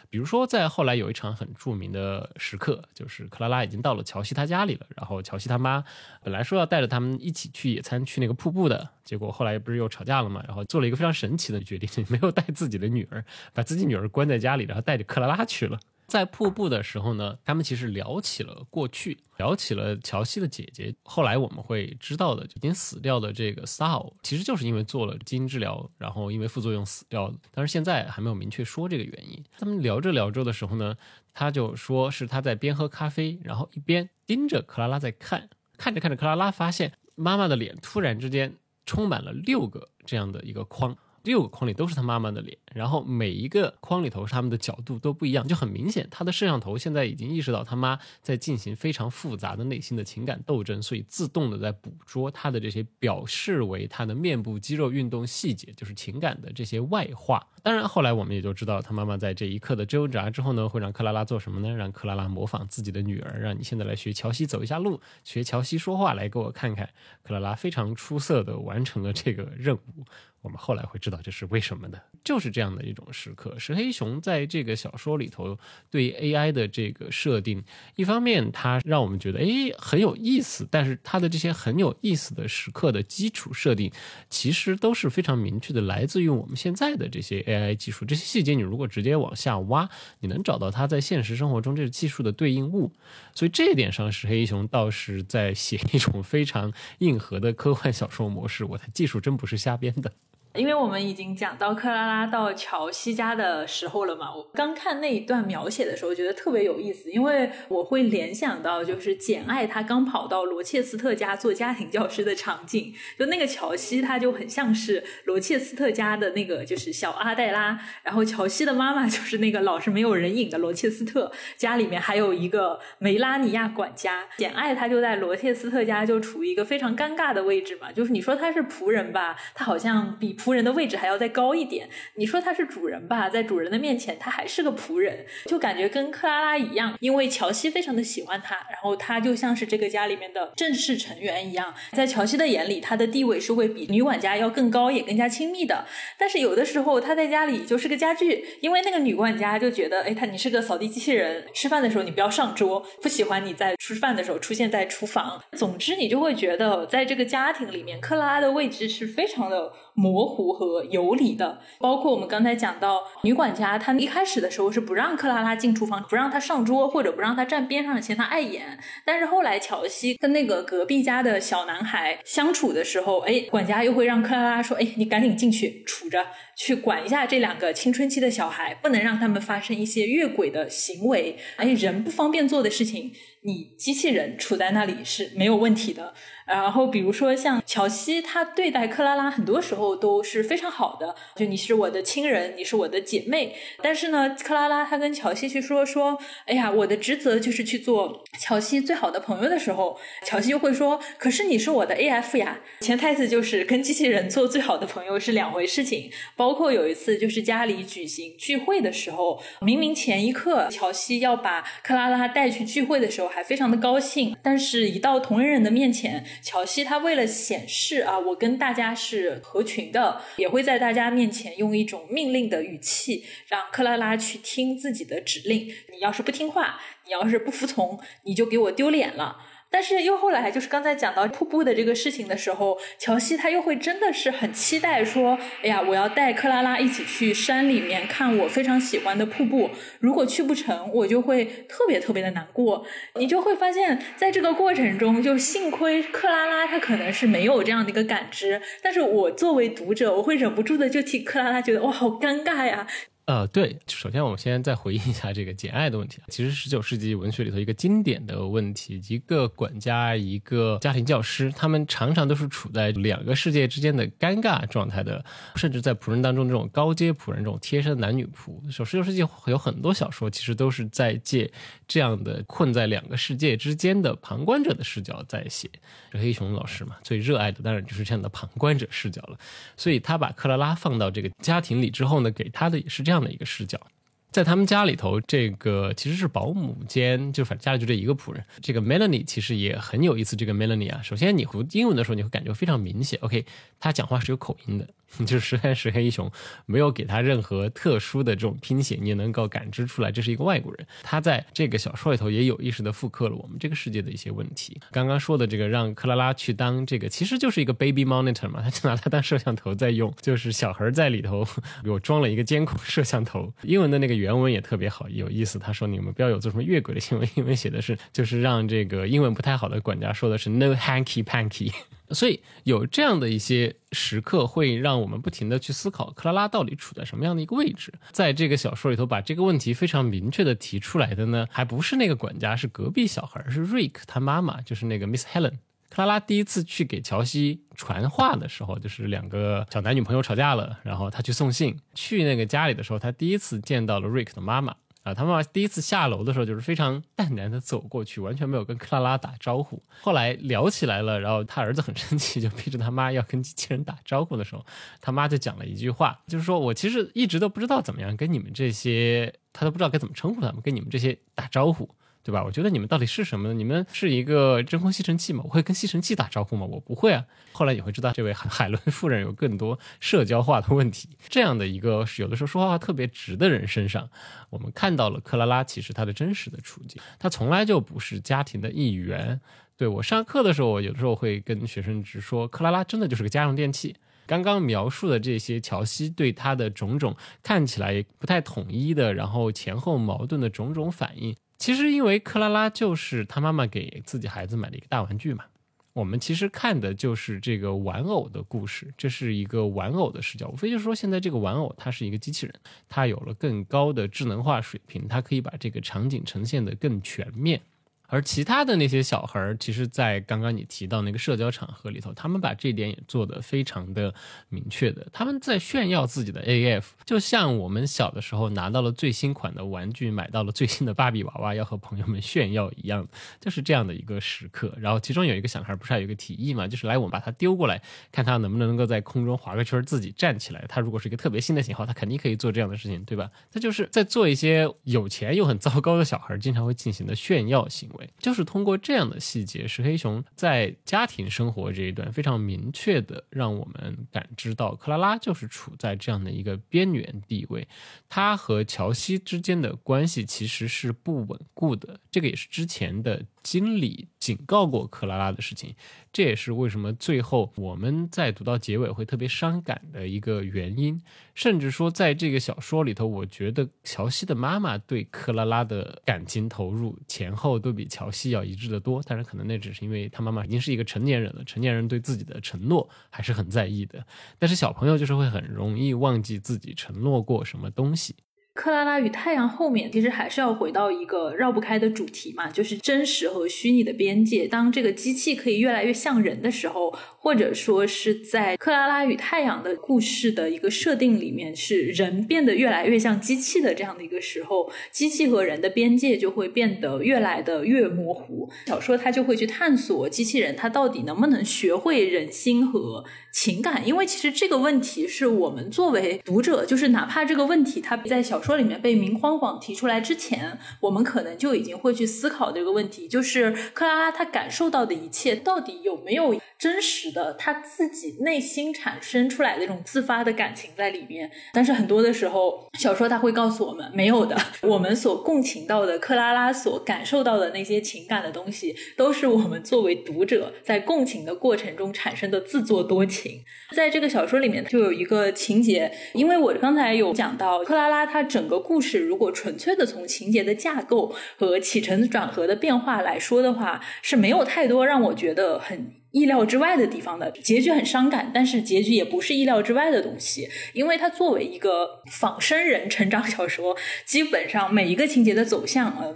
比如说在后来有一场很著名的时刻，就是克拉拉已经到了乔西他家里了，然后乔西他妈本来说要带着他们一起去野餐去那个瀑布的，结果后来不是又吵架了嘛，然后做了一个非常神奇的决定，没有带自己的女儿，把自己女儿关在家里，然后带着克拉拉去了。在瀑布的时候呢，他们其实聊起了过去，聊起了乔西的姐姐。后来我们会知道的，已经死掉的这个 Sao 其实就是因为做了基因治疗，然后因为副作用死掉的。但是现在还没有明确说这个原因。他们聊着聊着的时候呢，他就说是他在边喝咖啡，然后一边盯着克拉拉在看，看着看着克拉拉发现妈妈的脸突然之间充满了六个这样的一个框。六个框里都是他妈妈的脸，然后每一个框里头他们的角度都不一样，就很明显他的摄像头现在已经意识到他妈在进行非常复杂的内心的情感斗争，所以自动的在捕捉他的这些表示为他的面部肌肉运动细节，就是情感的这些外化。当然后来我们也就知道他妈妈在这一刻的挣扎之后呢，会让克拉拉做什么呢？让克拉拉模仿自己的女儿，让你现在来学乔西走一下路，学乔西说话，来给我看看。克拉拉非常出色的完成了这个任务，我们后来会知道这是为什么的。就是这样的一种时刻，石黑雄在这个小说里头对 A I 的这个设定，一方面它让我们觉得诶很有意思，但是它的这些很有意思的时刻的基础设定其实都是非常明确的来自于我们现在的这些 A I 技术。这些细节你如果直接往下挖，你能找到它在现实生活中这个技术的对应物。所以这一点上石黑雄倒是在写一种非常硬核的科幻小说模式，我的技术真不是瞎编的。 因为我们已经讲到克拉拉到乔西家的时候了嘛，我刚看那一段描写的时候觉得特别有意思，因为我会联想到就是简爱她刚跑到罗切斯特家做家庭教师的场景，就那个乔西她就很像是罗切斯特家的那个就是小阿黛拉，然后乔西的妈妈就是那个老是没有人影的罗切斯特，家里面还有一个梅拉尼亚管家。简爱她就在罗切斯特家就处于一个非常尴尬的位置嘛，就是你说她是仆人吧，她好像比仆人的位置还要再高一点，你说他是主人吧，在主人的面前他还是个仆人，就感觉跟克拉拉一样，因为乔西非常的喜欢他，然后他就像是这个家里面的正式成员一样，在乔西的眼里他的地位是会比女管家要更高也更加亲密的。但是有的时候他在家里就是个家具，因为那个女管家就觉得哎，他你是个扫地机器人，吃饭的时候你不要上桌，不喜欢你在吃饭的时候出现在厨房。总之你就会觉得在这个家庭里面克拉拉的位置是非常的模糊和游离的。包括我们刚才讲到女管家她一开始的时候是不让克拉拉进厨房，不让她上桌，或者不让她站边上嫌她碍眼，但是后来乔西跟那个隔壁家的小男孩相处的时候，哎，管家又会让克拉拉说哎，你赶紧进去杵着去管一下这两个青春期的小孩，不能让他们发生一些越轨的行为，哎，人不方便做的事情你机器人处在那里是没有问题的。然后比如说像乔西他对待克拉拉很多时候都是非常好的，就你是我的亲人，你是我的姐妹，但是呢克拉拉他跟乔西去说说哎呀我的职责就是去做乔西最好的朋友的时候，乔西又会说可是你是我的 A F 呀。潜台词就是跟机器人做最好的朋友是两回事情。包括有一次就是家里举行聚会的时候，明明前一刻乔西要把克拉拉带去聚会的时候还非常的高兴，但是一到同龄人的面前，乔西他为了显示啊我跟大家是合群的，也会在大家面前用一种命令的语气让克拉拉去听自己的指令，你要是不听话，你要是不服从，你就给我丢脸了。但是又后来就是刚才讲到瀑布的这个事情的时候，乔西他又会真的是很期待说哎呀我要带克拉拉一起去山里面看我非常喜欢的瀑布，如果去不成我就会特别特别的难过。你就会发现在这个过程中，就幸亏克拉拉她可能是没有这样的一个感知，但是我作为读者我会忍不住的就替克拉拉觉得哇好尴尬呀。 呃，对，首先我们先再回应一下这个简爱的问题。其实十九世纪文学里头一个经典的问题，一个管家一个家庭教师，他们常常都是处在两个世界之间的尴尬状态的，甚至在仆人当中这种高阶仆人，这种贴身男女仆，十九世纪有很多小说其实都是在借这样的困在两个世界之间的旁观者的视角在写。这黑熊老师嘛，最热爱的当然就是这样的旁观者视角了。所以他把克拉拉放到这个家庭里之后呢，给他的也是这样的一个视角。 在他们家里头，这个其实是保姆兼，就反正家里就这一个仆人。这个 Melanie 其实也很有意思。这个 Melanie 啊，首先你读英文的时候，你会感觉非常明显 ，OK， 他讲话是有口音的，就是石黑石黑一雄没有给他任何特殊的这种拼写，你也能够感知出来这是一个外国人。他在这个小说里头也有意识的复刻了我们这个世界的一些问题。刚刚说的这个让克拉拉去当这个，其实就是一个 baby monitor 嘛，他就拿它当摄像头在用，就是小孩在里头给我装了一个监控摄像头。英文的那个原文也特别好，有意思。他说你们不要有做什么越轨的行为，英文写的是就是让这个英文不太好的管家说的是 no hanky panky。所以有这样的一些时刻会让我们不停的去思考克拉拉到底处在什么样的一个位置。在这个小说里头把这个问题非常明确的提出来的呢，还不是那个管家，是隔壁小孩，是 Rick 他妈妈，就是那个 Miss Helen。克拉拉第一次去给乔西传话的时候，就是两个小男女朋友吵架了，然后他去送信，去那个家里的时候，他第一次见到了 Rick 的妈妈啊，他妈妈第一次下楼的时候就是非常淡然的走过去，完全没有跟克拉拉打招呼。后来聊起来了，然后他儿子很生气，就逼着他妈要跟机器人打招呼的时候，他妈就讲了一句话，就是说我其实一直都不知道怎么样跟你们这些，他都不知道该怎么称呼他们，跟你们这些打招呼，对吧？我觉得你们到底是什么呢？你们是一个真空吸尘器吗？我会跟吸尘器打招呼吗？我不会啊。后来你会知道这位海伦夫人有更多社交化的问题。这样的一个有的时候说话特别直的人身上，我们看到了克拉拉其实她的真实的处境。她从来就不是家庭的一员。对，我上课的时候，我有的时候会跟学生直说，克拉拉真的就是个家用电器。刚刚描述的这些乔西对他的种种看起来不太统一的，然后前后矛盾的种种反应，其实因为克拉拉就是他妈妈给自己孩子买了一个大玩具嘛，我们其实看的就是这个玩偶的故事，这是一个玩偶的视角。无非就是说现在这个玩偶它是一个机器人，它有了更高的智能化水平，它可以把这个场景呈现得更全面。而其他的那些小孩，其实在刚刚你提到那个社交场合里头，他们把这点也做得非常的明确的，他们在炫耀自己的 A F， 就像我们小的时候拿到了最新款的玩具，买到了最新的芭比娃娃，要和朋友们炫耀一样，就是这样的一个时刻。然后其中有一个小孩不是还有一个提议嘛，就是来我们把它丢过来，看他能不能够在空中划个圈自己站起来，他如果是一个特别新的型号，他肯定可以做这样的事情，对吧？他就是在做一些有钱又很糟糕的小孩经常会进行的炫耀行为。就是通过这样的细节，石黑雄在家庭生活这一段非常明确的让我们感知到克拉拉就是处在这样的一个边缘地位，他和乔西之间的关系其实是不稳固的，这个也是之前的经理警告过克拉拉的事情，这也是为什么最后我们在读到结尾会特别伤感的一个原因。甚至说在这个小说里头，我觉得乔西的妈妈对克拉拉的感情投入前后都比乔西要一致的多，当然可能那只是因为他妈妈已经是一个成年人了，成年人对自己的承诺还是很在意的，但是小朋友就是会很容易忘记自己承诺过什么东西。 克拉拉与太阳后面其实还是要回到一个绕不开的主题嘛，就是真实和虚拟的边界。当这个机器可以越来越像人的时候，或者说是在克拉拉与太阳的故事的一个设定里面，是人变得越来越像机器的这样的一个时候，机器和人的边界就会变得越来的越模糊。小说它就会去探索机器人它到底能不能学会人心和情感，因为其实这个问题是我们作为读者，就是哪怕这个问题它在小说里面被明晃晃提出来之前，我们可能就已经会去思考这个问题，就是克拉拉她感受到的一切到底有没有真实的她自己内心产生出来的这种自发的感情在里面。但是很多的时候小说它会告诉我们没有的，我们所共情到的克拉拉所感受到的那些情感的东西，都是我们作为读者在共情的过程中产生的自作多情。在这个小说里面就有一个情节，因为我刚才有讲到克拉拉她整个故事如果纯粹的从情节的架构和起承转合的变化来说的话，是没有太多让我觉得很意料之外的地方的。结局很伤感，但是结局也不是意料之外的东西，因为它作为一个仿生人成长小说，基本上每一个情节的走向嗯。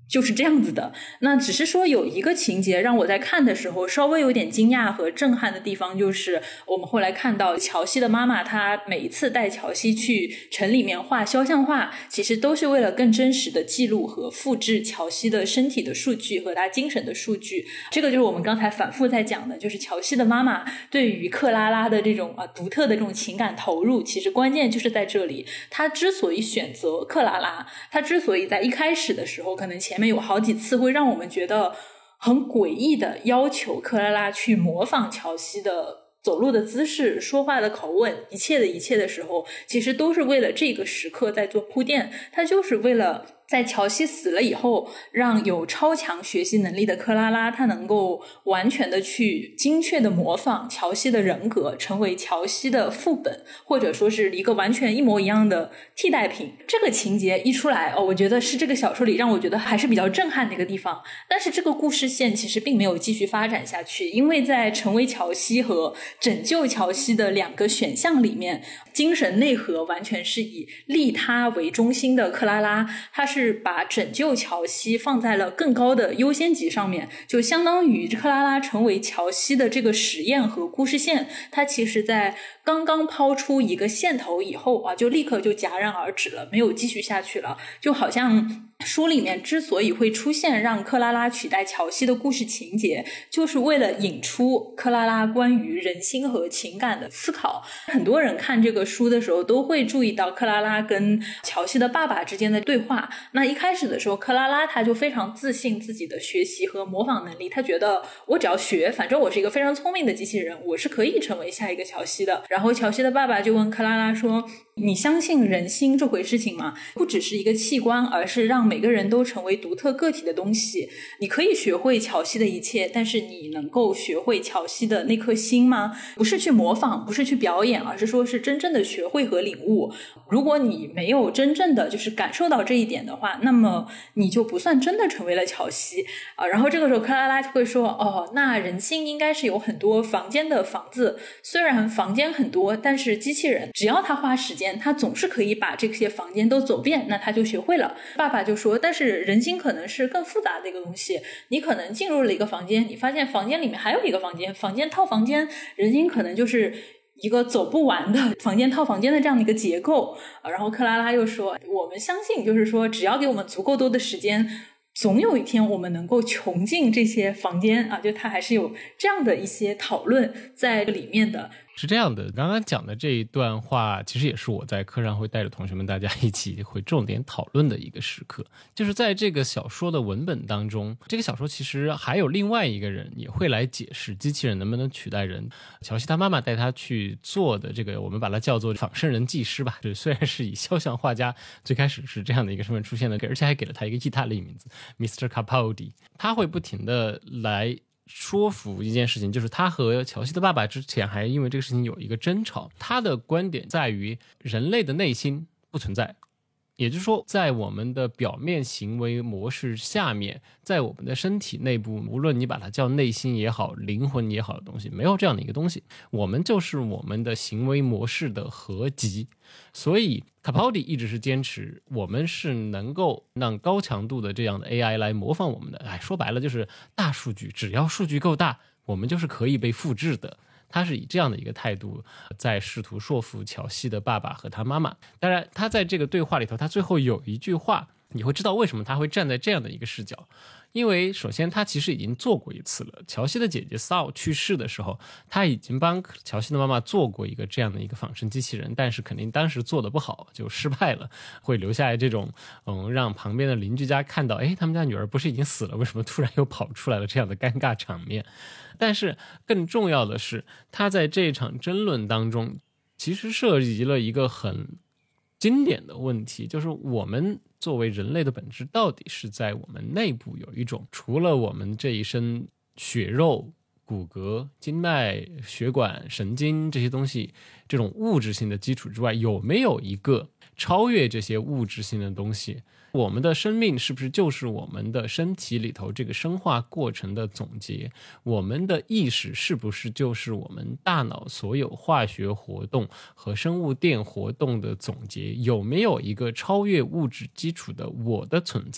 就是这样子的。那只是说有一个情节让我在看的时候稍微有点惊讶和震撼的地方，就是我们后来看到乔西的妈妈她每一次带乔西去城里面画肖像画，其实都是为了更真实的记录和复制乔西的身体的数据和她精神的数据。这个就是我们刚才反复在讲的，就是乔西的妈妈对于克拉拉的这种啊独特的这种情感投入，其实关键就是在这里。她之所以选择克拉拉，她之所以在一开始的时候可能前面有好几次会让我们觉得很诡异的要求克拉拉去模仿乔西的走路的姿势、说话的口吻，一切的一切的时候，其实都是为了这个时刻在做铺垫。它就是为了在乔西死了以后，让有超强学习能力的克拉拉她能够完全的去精确的模仿乔西的人格，成为乔西的副本，或者说是一个完全一模一样的替代品。这个情节一出来，哦，我觉得是这个小说里让我觉得还是比较震撼的一个地方。但是这个故事线其实并没有继续发展下去，因为在成为乔西和拯救乔西的两个选项里面，精神内核完全是以利他为中心的克拉拉，她是是把拯救乔西放在了更高的优先级上面，就相当于克拉拉成为乔西的这个实验和故事线，它其实在刚刚抛出一个线头以后啊，就立刻就戛然而止了，没有继续下去了。就好像书里面之所以会出现让克拉拉取代乔西的故事情节，就是为了引出克拉拉关于人心和情感的思考。很多人看这个书的时候都会注意到克拉拉跟乔西的爸爸之间的对话。那一开始的时候，克拉拉她就非常自信自己的学习和模仿能力，她觉得我只要学，反正我是一个非常聪明的机器人，我是可以成为下一个乔西的。然后乔西的爸爸就问克拉拉说，你相信人心这回事情吗？不只是一个器官，而是让每个人都成为独特个体的东西。你可以学会乔西的一切，但是你能够学会乔西的那颗心吗？不是去模仿，不是去表演，而是说是真正的学会和领悟。如果你没有真正的就是感受到这一点的话，那么你就不算真的成为了乔西啊。然后这个时候克拉拉就会说，哦，那人心应该是有很多房间的房子，虽然房间很多，但是机器人只要他花时间，他总是可以把这些房间都走遍，那他就学会了。爸爸就说，但是人心可能是更复杂的一个东西，你可能进入了一个房间，你发现房间里面还有一个房间，房间套房间，人心可能就是一个走不完的房间套房间的这样的一个结构。然后克拉拉又说，我们相信就是说只要给我们足够多的时间，总有一天我们能够穷尽这些房间啊，就他还是有这样的一些讨论在里面的。 是这样的，刚刚讲的这一段话其实也是我在课上会带着同学们大家一起会重点讨论的一个时刻。就是在这个小说的文本当中，这个小说其实还有另外一个人也会来解释机器人能不能取代人。乔西他妈妈带他去做的这个，我们把它叫做仿生人技师吧，就虽然是以肖像画家最开始是这样的一个身份出现的，而且还给了他一个意大利名字 Mister Capaldi。 他会不停的来说服一件事情，就是他和乔西的爸爸之前还因为这个事情有一个争吵。他的观点在于人类的内心不存在，也就是说在我们的表面行为模式下面，在我们的身体内部，无论你把它叫内心也好，灵魂也好的东西，没有这样的一个东西，我们就是我们的行为模式的合集。所以卡帕迪一直是坚持我们是能够让高强度的这样的 A I 来模仿我们的。哎，说白了就是大数据，只要数据够大，我们就是可以被复制的。他是以这样的一个态度在试图说服乔西的爸爸和他妈妈。当然他在这个对话里头，他最后有一句话，你会知道为什么他会站在这样的一个视角。因为首先他其实已经做过一次了，乔西的姐姐萨去世的时候，他已经帮乔西的妈妈做过一个这样的一个仿生机器人，但是肯定当时做的不好，就失败了，会留下来这种嗯，让旁边的邻居家看到，诶，他们家女儿不是已经死了，为什么突然又跑出来了，这样的尴尬场面。但是更重要的是，他在这场争论当中其实涉及了一个很经典的问题，就是我们作为人类的本质到底是在我们内部有一种除了我们这一身血肉骨骼筋脉血管神经这些东西这种物质性的基础之外，有没有一个超越这些物质性的东西？我们的生命是不是就是我们的身体里头这个生化过程的总结？我们的意识是不是就是我们大脑所有化学活动和生物电活动的总结？有没有一个超越物质基础的我的存在？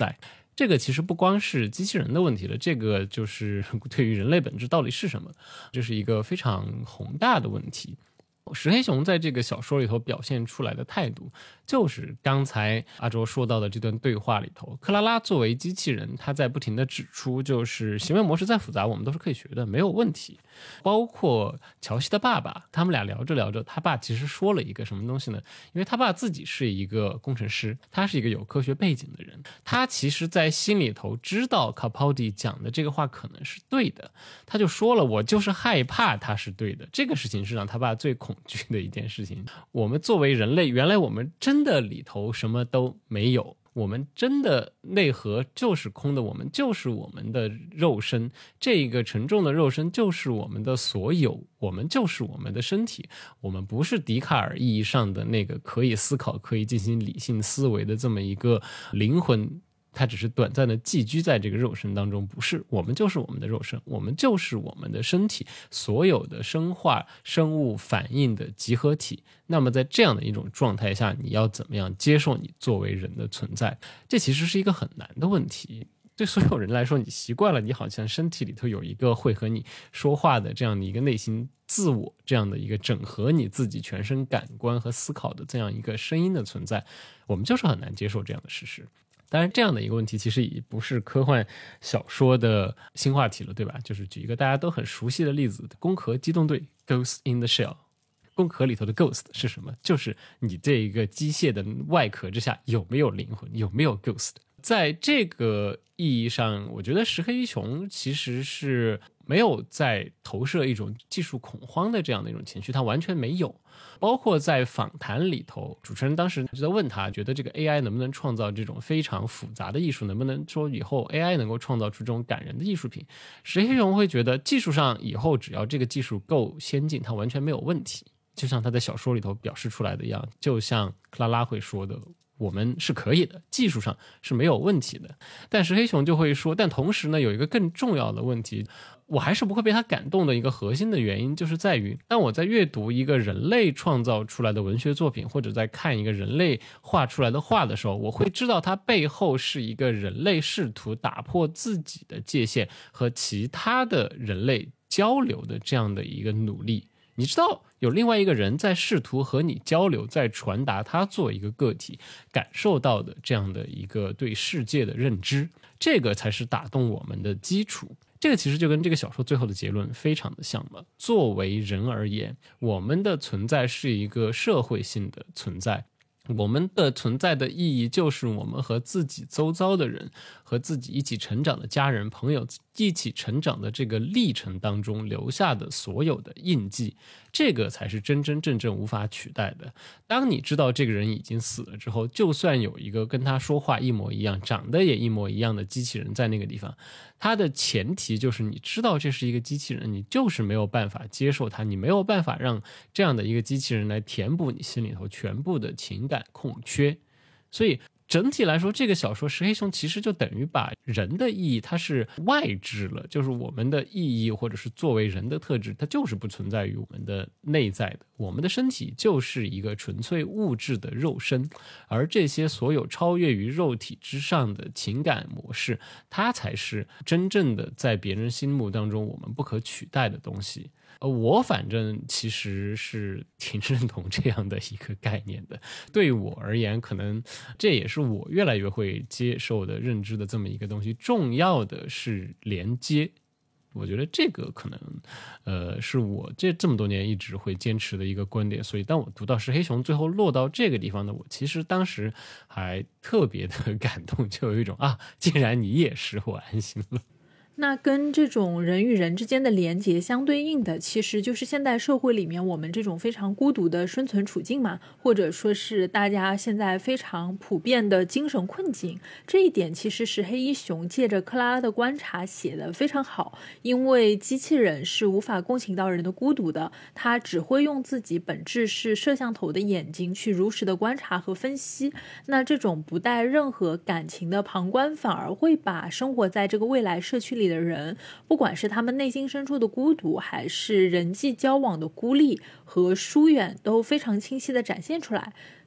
这个其实不光是机器人的问题了，这个就是对于人类本质到底是什么，这是一个非常宏大的问题。石黑雄在这个小说里头表现出来的态度，就是刚才阿卓说到的这段对话里头，克拉拉作为机器人，他在不停地指出，就是行为模式再复杂我们都是可以学的，没有问题。包括乔西的爸爸，他们俩聊着聊着，他爸其实说了一个什么东西呢？因为他爸自己是一个工程师，他是一个有科学背景的人，他其实在心里头知道卡泡蒂讲的这个话可能是对的，他就说了，我就是害怕他是对的。这个事情是让他爸最恐惧的一件事情。我们作为人类，原来我们真的里头什么都没有，我们真的内核就是空的，我们就是我们的肉身，这个沉重的肉身就是我们的所有，我们就是我们的身体，我们不是笛卡尔意义上的那个可以思考可以进行理性思维的这么一个灵魂，它只是短暂的寄居在这个肉身当中，不是，我们就是我们的肉身，我们就是我们的身体，所有的生化生物反应的集合体。那么在这样的一种状态下，你要怎么样接受你作为人的存在？这其实是一个很难的问题。对所有人来说，你习惯了你好像身体里头有一个会和你说话的这样的一个内心自我，这样的一个整合你自己全身感官和思考的这样一个声音的存在，我们就是很难接受这样的事实。当然这样的一个问题其实也不是科幻小说的新话题了，对吧？就是举一个大家都很熟悉的例子，攻壳机动队 Ghost in the Shell。 攻壳里头的 Ghost 是什么？就是你这一个机械的外壳之下有没有灵魂，有没有 Ghost。 在这个意义上，我觉得石黑一雄其实是没有在投射一种技术恐慌的这样的一种情绪，他完全没有。包括在访谈里头，主持人当时就在问他，觉得这个 A I 能不能创造这种非常复杂的艺术，能不能说以后 A I 能够创造出这种感人的艺术品。石黑雄会觉得技术上以后只要这个技术够先进，它完全没有问题，就像他在小说里头表示出来的一样，就像克拉拉会说的，我们是可以的，技术上是没有问题的。但石黑雄就会说，但同时呢，有一个更重要的问题，我还是不会被他感动的一个核心的原因，就是在于当我在阅读一个人类创造出来的文学作品，或者在看一个人类画出来的画的时候，我会知道它背后是一个人类试图打破自己的界限和其他的人类交流的这样的一个努力。你知道有另外一个人在试图和你交流，在传达他作为一个个体感受到的这样的一个对世界的认知，这个才是打动我们的基础。这个其实就跟这个小说最后的结论非常的像嘛。作为人而言，我们的存在是一个社会性的存在，我们的存在的意义就是我们和自己周遭的人，和自己一起成长的家人朋友一起成长的这个历程当中留下的所有的印记，这个才是真真正正无法取代的。当你知道这个人已经死了之后，就算有一个跟他说话一模一样长得也一模一样的机器人在那个地方，他的前提就是你知道这是一个机器人，你就是没有办法接受它，你没有办法让这样的一个机器人来填补你心里头全部的情感空缺。所以整体来说，这个小说石黑雄其实就等于把人的意义它是外置了，就是我们的意义或者是作为人的特质，它就是不存在于我们的内在的。我们的身体就是一个纯粹物质的肉身，而这些所有超越于肉体之上的情感模式，它才是真正的在别人心目当中我们不可取代的东西。呃，我反正其实是挺认同这样的一个概念的。对我而言，可能这也是我越来越会接受的认知的这么一个东西。重要的是连接，我觉得这个可能，呃，是我这这么多年一直会坚持的一个观点。所以当我读到石黑雄最后落到这个地方呢，我其实当时还特别的感动，就有一种啊，既然你也是，我安心了。 那跟这种人与人之间的连结相对应的，其实就是现代社会里面我们这种非常孤独的生存处境嘛，或者说是大家现在非常普遍的精神困境。这一点其实石黑一雄借着克拉拉的观察写得非常好，因为机器人是无法共情到人的孤独的，它只会用自己本质是摄像头的眼睛去如实的观察和分析。那这种不带任何感情的旁观，反而会把生活在这个未来社区里的人，不管是他们内心深处的孤独，还是人际交往的孤立和疏远，都非常清晰地展现出来。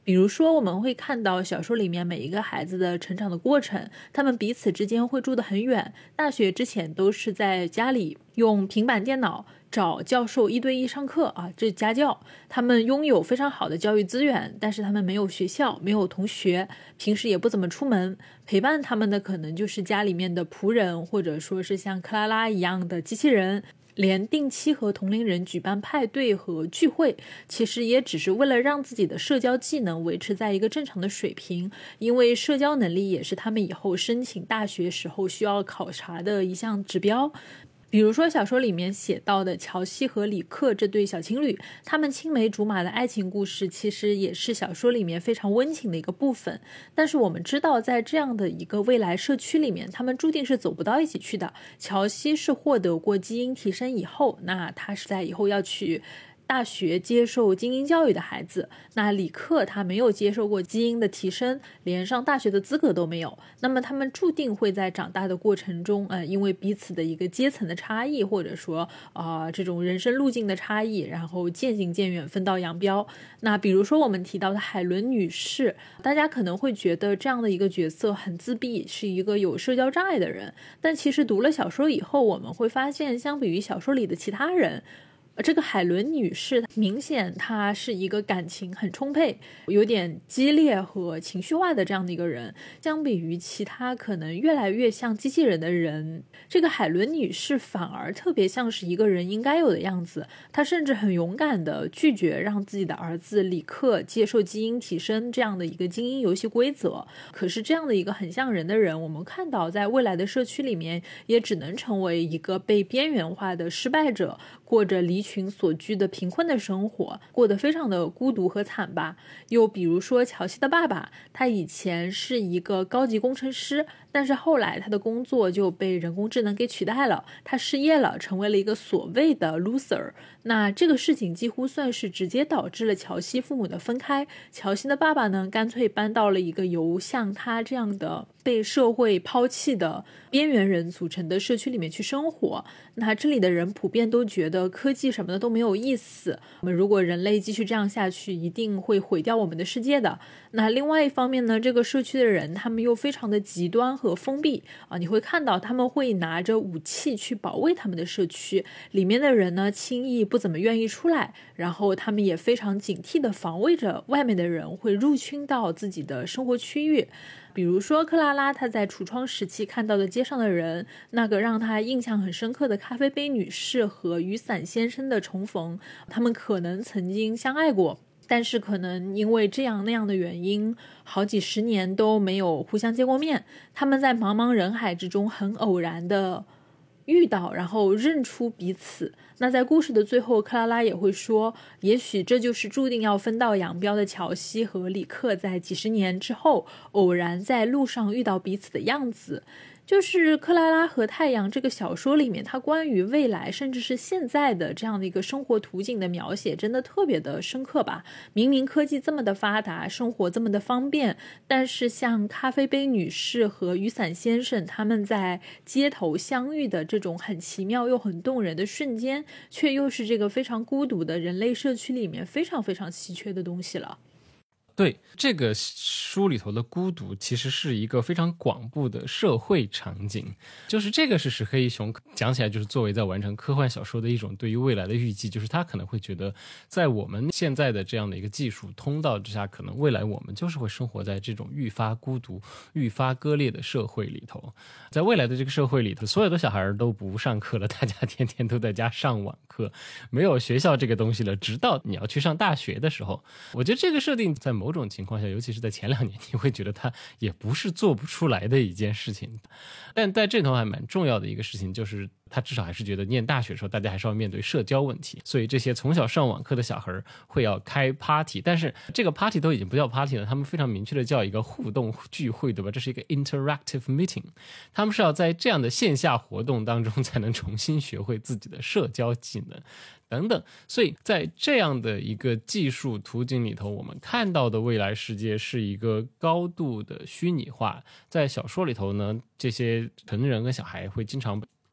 比如说我们会看到小说里面每一个孩子的成长的过程，他们彼此之间会住得很远，大学之前都是在家里用平板电脑找教授一对一上课啊，这家教，他们拥有非常好的教育资源，但是他们没有学校，没有同学，平时也不怎么出门，陪伴他们的可能就是家里面的仆人，或者说是像克拉拉一样的机器人。连定期和同龄人举办派对和聚会，其实也只是为了让自己的社交技能维持在一个正常的水平，因为社交能力也是他们以后申请大学时候需要考察的一项指标。比如说小说里面写到的乔西和里克这对小情侣，他们青梅竹马的爱情故事其实也是小说里面非常温情的一个部分。但是我们知道在这样的一个未来社区里面，他们注定是走不到一起去的。乔西是获得过基因提升以后，那他是在以后要去大学接受精英教育的孩子，那李克他没有接受过基因的提升，连上大学的资格都没有，那么他们注定会在长大的过程中呃，因为彼此的一个阶层的差异，或者说呃这种人生路径的差异，然后渐行渐远，分道扬镳。那比如说我们提到的海伦女士，大家可能会觉得这样的一个角色很自闭，是一个有社交障碍的人，但其实读了小说以后，我们会发现相比于小说里的其他人，这个海伦女士明显她是一个感情很充沛，有点激烈和情绪化的这样的一个人，相比于其他可能越来越像机器人的人，这个海伦女士反而特别像是一个人应该有的样子。她甚至很勇敢地拒绝让自己的儿子里克接受基因提升这样的一个精英游戏规则。可是这样的一个很像人的人，我们看到在未来的社区里面也只能成为一个被边缘化的失败者，过着离群所居的贫困的生活，过得非常的孤独和惨吧。又比如说乔西的爸爸，他以前是一个高级工程师，但是后来他的工作就被人工智能给取代了，他失业了，成为了一个所谓的 loser。 那这个事情几乎算是直接导致了乔西父母的分开。乔西的爸爸呢，干脆搬到了一个由像他这样的被社会抛弃的边缘人组成的社区里面去生活。那这里的人普遍都觉得科技什么的都没有意思，我们如果人类继续这样下去，一定会毁掉我们的世界的。那另外一方面呢，这个社区的人他们又非常的极端和封闭啊，你会看到他们会拿着武器去保卫他们的社区，里面的人呢轻易不怎么愿意出来，然后他们也非常警惕的防卫着外面的人会入侵到自己的生活区域。比如说克拉拉她在橱窗时期看到的街上的人，那个让她印象很深刻的咖啡杯女士和雨伞先生的重逢，他们可能曾经相爱过，但是可能因为这样那样的原因，好几十年都没有互相见过面。他们在茫茫人海之中很偶然的遇到，然后认出彼此。那在故事的最后，克拉拉也会说，也许这就是注定要分道扬镳的乔西和里克在几十年之后偶然在路上遇到彼此的样子。就是克拉拉和太阳这个小说里面，它关于未来甚至是现在的这样的一个生活图景的描写真的特别的深刻吧。明明科技这么的发达，生活这么的方便，但是像咖啡杯女士和雨伞先生他们在街头相遇的这种很奇妙又很动人的瞬间，却又是这个非常孤独的人类社区里面非常非常稀缺的东西了。 对，这个书里头的孤独其实是一个非常广布的社会场景，就是这个是石黑一雄讲起来就是作为在完成科幻小说的一种对于未来的预计，就是他可能会觉得在我们现在的这样的一个技术通道之下，可能未来我们就是会生活在这种愈发孤独愈发割裂的社会里头。在未来的这个社会里头，所有的小孩都不上课了，大家天天都在家上网课，没有学校这个东西了，直到你要去上大学的时候。我觉得这个设定在某种情况下，尤其是在前两年，你会觉得它也不是做不出来的一件事情。但在这头还蛮重要的一个事情，就是他至少还是觉得念大学的时候大家还是要面对社交问题，所以这些从小上网课的小孩会要开 party， 但是这个 party 都已经不叫 party 了，他们非常明确的叫一个互动聚会，对吧？这是一个 interactive meeting， 他们是要在这样的线下活动当中才能重新学会自己的社交技能等等。所以在这样的一个技术图景里头，我们看到的未来世界是一个高度的虚拟化。在小说里头呢，这些成人跟小孩会经常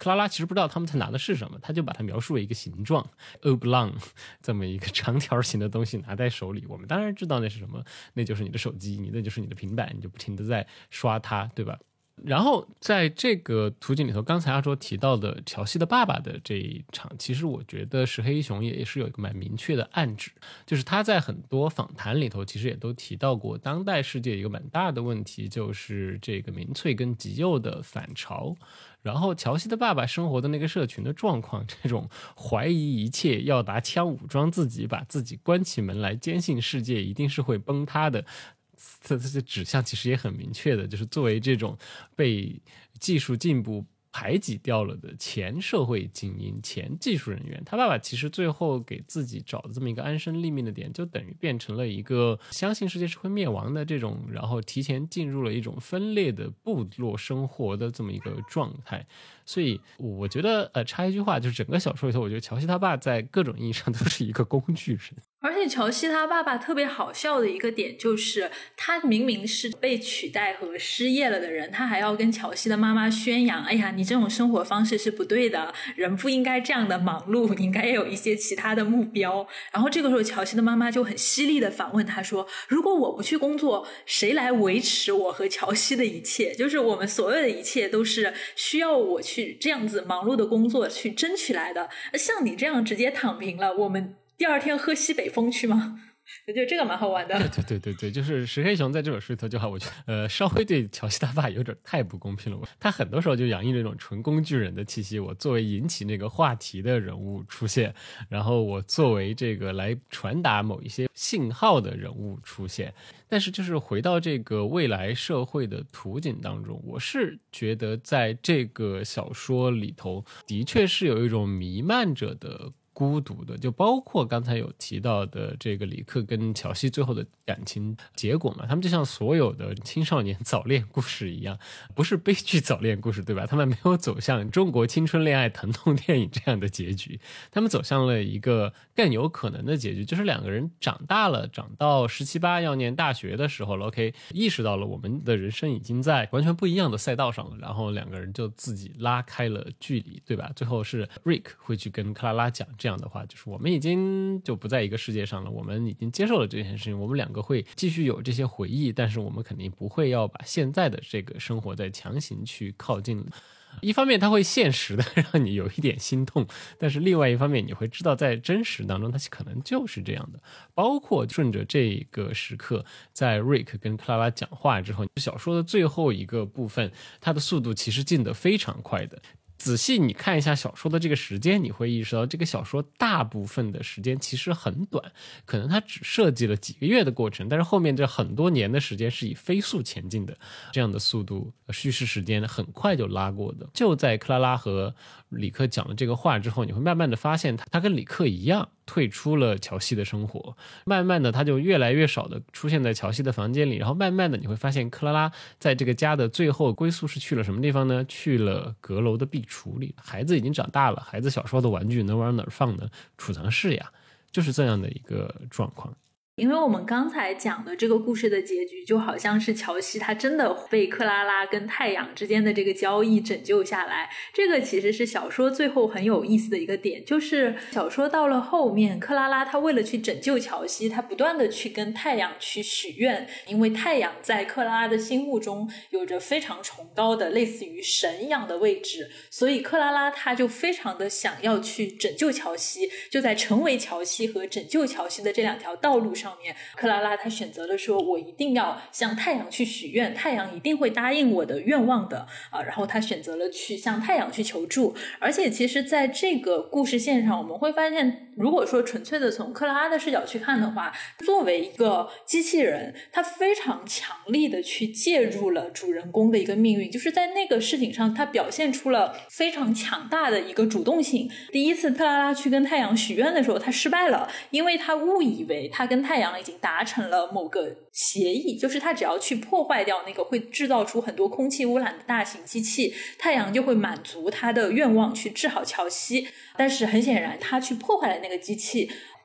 克拉拉其实不知道他们在拿的是什么，他就把它描述为一个形状 oblong 这么一个长条形的东西拿在手里，我们当然知道那是什么，那就是你的手机，你那就是你的平板，你就不停的在刷它，对吧？然后在这个图景里头，刚才阿卓提到的乔西的爸爸的这一场，其实我觉得石黑一雄也是有一个蛮明确的暗指，就是他在很多访谈里头其实也都提到过，当代世界一个蛮大的问题就是这个民粹跟极右的反潮。然后乔西的爸爸生活的那个社群的状况，这种怀疑一切，要拿枪武装自己，把自己关起门来，坚信世界一定是会崩塌的，这这指向其实也很明确的，就是作为这种被技术进步排挤掉了的前社会精英、前技术人员，他爸爸其实最后给自己找的这么一个安身立命的点，就等于变成了一个相信世界是会灭亡的这种，然后提前进入了一种分裂的部落生活的这么一个状态。所以我觉得呃，插一句话，就是整个小说里头，我觉得乔西他爸在各种意义上都是一个工具人。 而且乔西他爸爸特别好笑的一个点就是，他明明是被取代和失业了的人，他还要跟乔西的妈妈宣扬，哎呀，你这种生活方式是不对的，人不应该这样的忙碌，你应该有一些其他的目标。然后这个时候乔西的妈妈就很犀利的反问他说，如果我不去工作，谁来维持我和乔西的一切？就是我们所有的一切都是需要我去这样子忙碌的工作去争取来的，像你这样直接躺平了，我们第二天喝西北风去吗？我觉得这个蛮好玩的。 对对对对，就是石黑雄在这本书里头就好，我觉得呃稍微对乔西他爸有点太不公平了。他很多时候就洋溢这种纯工具人的气息，我作为引起那个话题的人物出现，然后我作为这个来传达某一些信号的人物出现。但是就是回到这个未来社会的图景当中，我是觉得在这个小说里头的确是有一种弥漫着的孤独的，就包括刚才有提到的这个李克跟乔西最后的感情结果嘛，他们就像所有的青少年早恋故事一样，不是悲剧早恋故事，对吧？他们没有走向中国青春恋爱疼痛电影这样的结局，他们走向了一个更有可能的结局，就是两个人长大了，长到十七八要念大学的时候了 OK， 意识到了我们的人生已经在完全不一样的赛道上了，然后两个人就自己拉开了距离，对吧？最后是 Rick 会去跟克拉拉讲这样的话，就是我们已经就不在一个世界上了，我们已经接受了这件事情，我们两个会继续有这些回忆，但是我们肯定不会要把现在的这个生活再强行去靠近。一方面它会现实的让你有一点心痛，但是另外一方面你会知道在真实当中它可能就是这样的。包括顺着这个时刻，在 Rick 跟克拉拉讲话之后，小说的最后一个部分它的速度其实进得非常快的。仔细你看一下小说的这个时间，你会意识到这个小说大部分的时间其实很短，可能它只设计了几个月的过程，但是后面这很多年的时间是以飞速前进的，这样的速度叙事时间很快就拉过的。就在克拉拉和李克讲了这个话之后，你会慢慢的发现他跟李克一样退出了乔西的生活，慢慢的他就越来越少的出现在乔西的房间里，然后慢慢的你会发现克拉拉在这个家的最后归宿是去了什么地方呢？去了阁楼的壁橱里，孩子已经长大了，孩子小时候的玩具能往哪儿放呢？储藏室呀，就是这样的一个状况。 因为我们刚才讲的这个故事的结局就好像是乔西他真的被克拉拉跟太阳之间的这个交易拯救下来，这个其实是小说最后很有意思的一个点，就是小说到了后面，克拉拉他为了去拯救乔西，他不断的去跟太阳去许愿，因为太阳在克拉拉的心目中有着非常崇高的类似于神一样的位置，所以克拉拉他就非常的想要去拯救乔西，就在成为乔西和拯救乔西的这两条道路上面，克拉拉她选择了说我一定要向太阳去许愿，太阳一定会答应我的愿望的啊，然后她选择了去向太阳去求助。而且其实在这个故事线上我们会发现，如果说纯粹的从克拉拉的视角去看的话，作为一个机器人，她非常强力的去介入了主人公的一个命运，就是在那个事情上她表现出了非常强大的一个主动性。第一次克拉拉去跟太阳许愿的时候她失败了，因为她误以为她跟太阳已经达成了某个协议，就是他只要去破坏掉那个会制造出很多空气污染的大型机器，太阳就会满足他的愿望去治好乔西。但是很显然他去破坏了那个机器，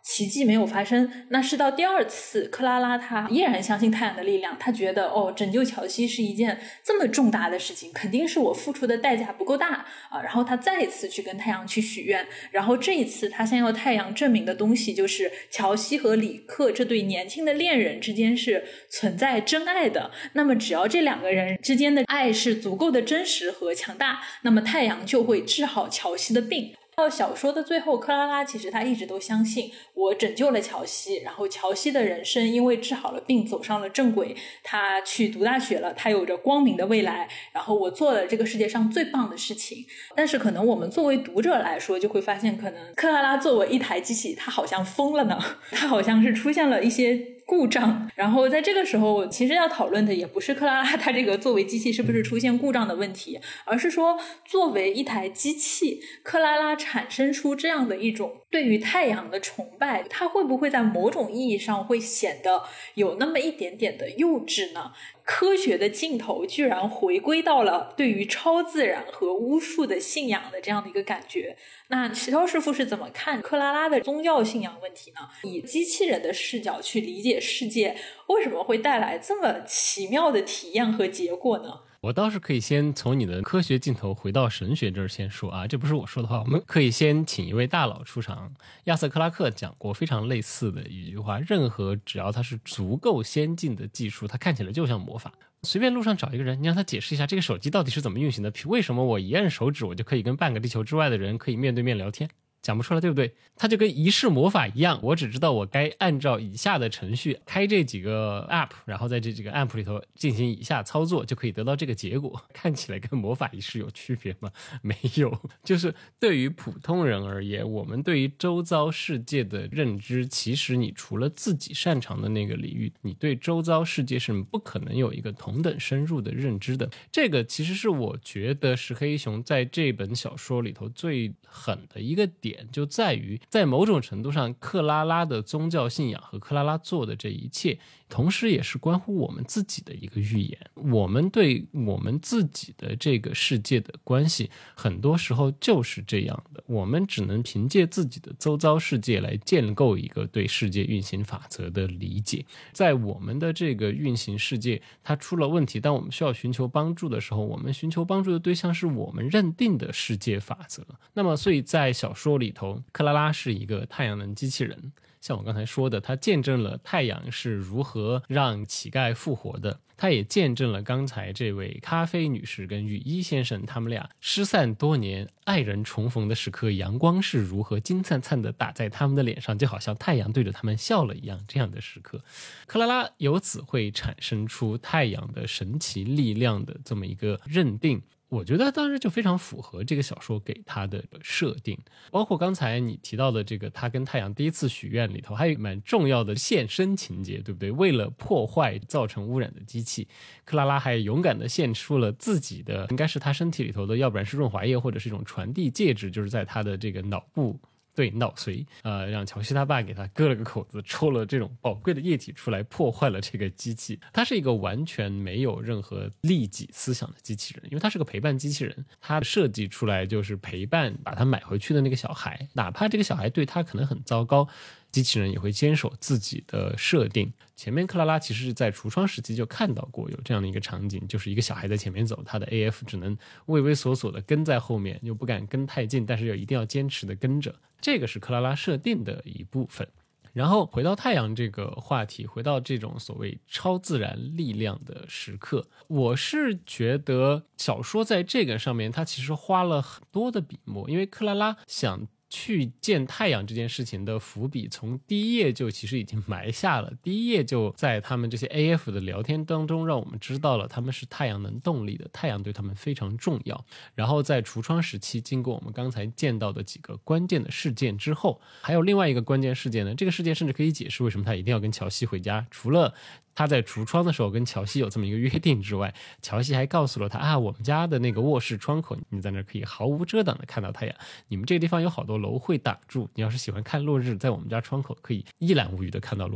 奇迹没有发生。那是到第二次，克拉拉她依然相信太阳的力量，她觉得哦，拯救乔西是一件这么重大的事情，肯定是我付出的代价不够大啊。然后她再一次去跟太阳去许愿，然后这一次她想要太阳证明的东西就是乔西和里克这对年轻的恋人之间是存在真爱的。那么只要这两个人之间的爱是足够的真实和强大，那么太阳就会治好乔西的病。到小说的最后，克拉拉其实她一直都相信我拯救了乔西，然后乔西的人生因为治好了病走上了正轨，他去读大学了，他有着光明的未来，然后我做了这个世界上最棒的事情。但是可能我们作为读者来说就会发现，可能克拉拉作为一台机器，她好像疯了呢，她好像是出现了一些故障。然后在这个时候其实要讨论的也不是克拉拉她这个作为机器是不是出现故障的问题，而是说作为一台机器，克拉拉产生出这样的一种对于太阳的崇拜，它会不会在某种意义上会显得有那么一点点的幼稚呢？科学的尽头居然回归到了对于超自然和巫术的信仰的这样的一个感觉。那肖师傅是怎么看克拉拉的宗教信仰问题呢？以机器人的视角去理解世界，为什么会带来这么奇妙的体验和结果呢？ 我倒是可以先从你的科学镜头回到神学这儿先说啊，这不是我说的话，我们可以先请一位大佬出场。亚瑟克拉克讲过非常类似的一句话，任何只要它是足够先进的技术，它看起来就像魔法。随便路上找一个人，你让他解释一下这个手机到底是怎么运行的，为什么我一按手指我就可以跟半个地球之外的人可以面对面聊天，讲不出来，对不对？它就跟仪式魔法一样，我只知道我该按照以下的程序开这几个 app， 然后在这几个 app 里头进行以下操作，就可以得到这个结果。看起来跟魔法仪式有区别吗？没有。就是对于普通人而言，我们对于周遭世界的认知，其实你除了自己擅长的那个领域，你对周遭世界是不可能有一个同等深入的认知的。这个其实是我觉得石黑一雄在这本小说里头最狠的一个点，就在于在某种程度上，克拉拉的宗教信仰和克拉拉做的这一切，同时也是关乎我们自己的一个预言。我们对我们自己的这个世界的关系，很多时候就是这样的，我们只能凭借自己的周遭世界来建构一个对世界运行法则的理解。在我们的这个运行世界它出了问题，当我们需要寻求帮助的时候，我们寻求帮助的对象是我们认定的世界法则。那么所以在小说里头，克拉拉是一个太阳能机器人，像我刚才说的，他见证了太阳是如何让乞丐复活的，他也见证了刚才这位咖啡女士跟雨衣先生他们俩失散多年爱人重逢的时刻，阳光是如何金灿灿的打在他们的脸上，就好像太阳对着他们笑了一样，这样的时刻，克拉拉由此会产生出太阳的神奇力量的这么一个认定。我觉得当然就非常符合这个小说给他的设定，包括刚才你提到的这个他跟太阳第一次许愿里头还有蛮重要的献身情节，对不对？为了破坏造成污染的机器，克拉拉还勇敢地献出了自己的，应该是他身体里头的，要不然是润滑液或者是一种传递介质，就是在他的这个脑部，对，脑髓，呃，让乔西他爸给他割了个口子，抽了这种宝贵的液体出来，破坏了这个机器。它是一个完全没有任何利己思想的机器人，因为它是个陪伴机器人，它设计出来就是陪伴把它买回去的那个小孩，哪怕这个小孩对他可能很糟糕，机器人也会坚守自己的设定。前面克拉拉其实是在橱窗时期就看到过有这样的一个场景，就是一个小孩在前面走，他的 A F 只能畏畏缩缩的跟在后面，又不敢跟太近，但是又一定要坚持的跟着，这个是克拉拉设定的一部分。然后回到太阳这个话题，回到这种所谓超自然力量的时刻，我是觉得小说在这个上面它其实花了很多的笔墨，因为克拉拉想去见太阳这件事情的伏笔从第一页就其实已经埋下了，第一页就在他们这些 A F 的聊天当中让我们知道了他们是太阳能动力的，太阳对他们非常重要。然后在橱窗时期，经过我们刚才见到的几个关键的事件之后，还有另外一个关键事件呢，这个事件甚至可以解释为什么他一定要跟乔西回家，除了他在橱窗的时候跟乔西有这么一个约定之外，乔西还告诉了他啊，我们家的那个卧室窗口，你在那可以毫无遮挡的看到太阳，你们这个地方有好多楼会挡住，你要是喜欢看落日，在我们家窗口可以一览无余的看到落日。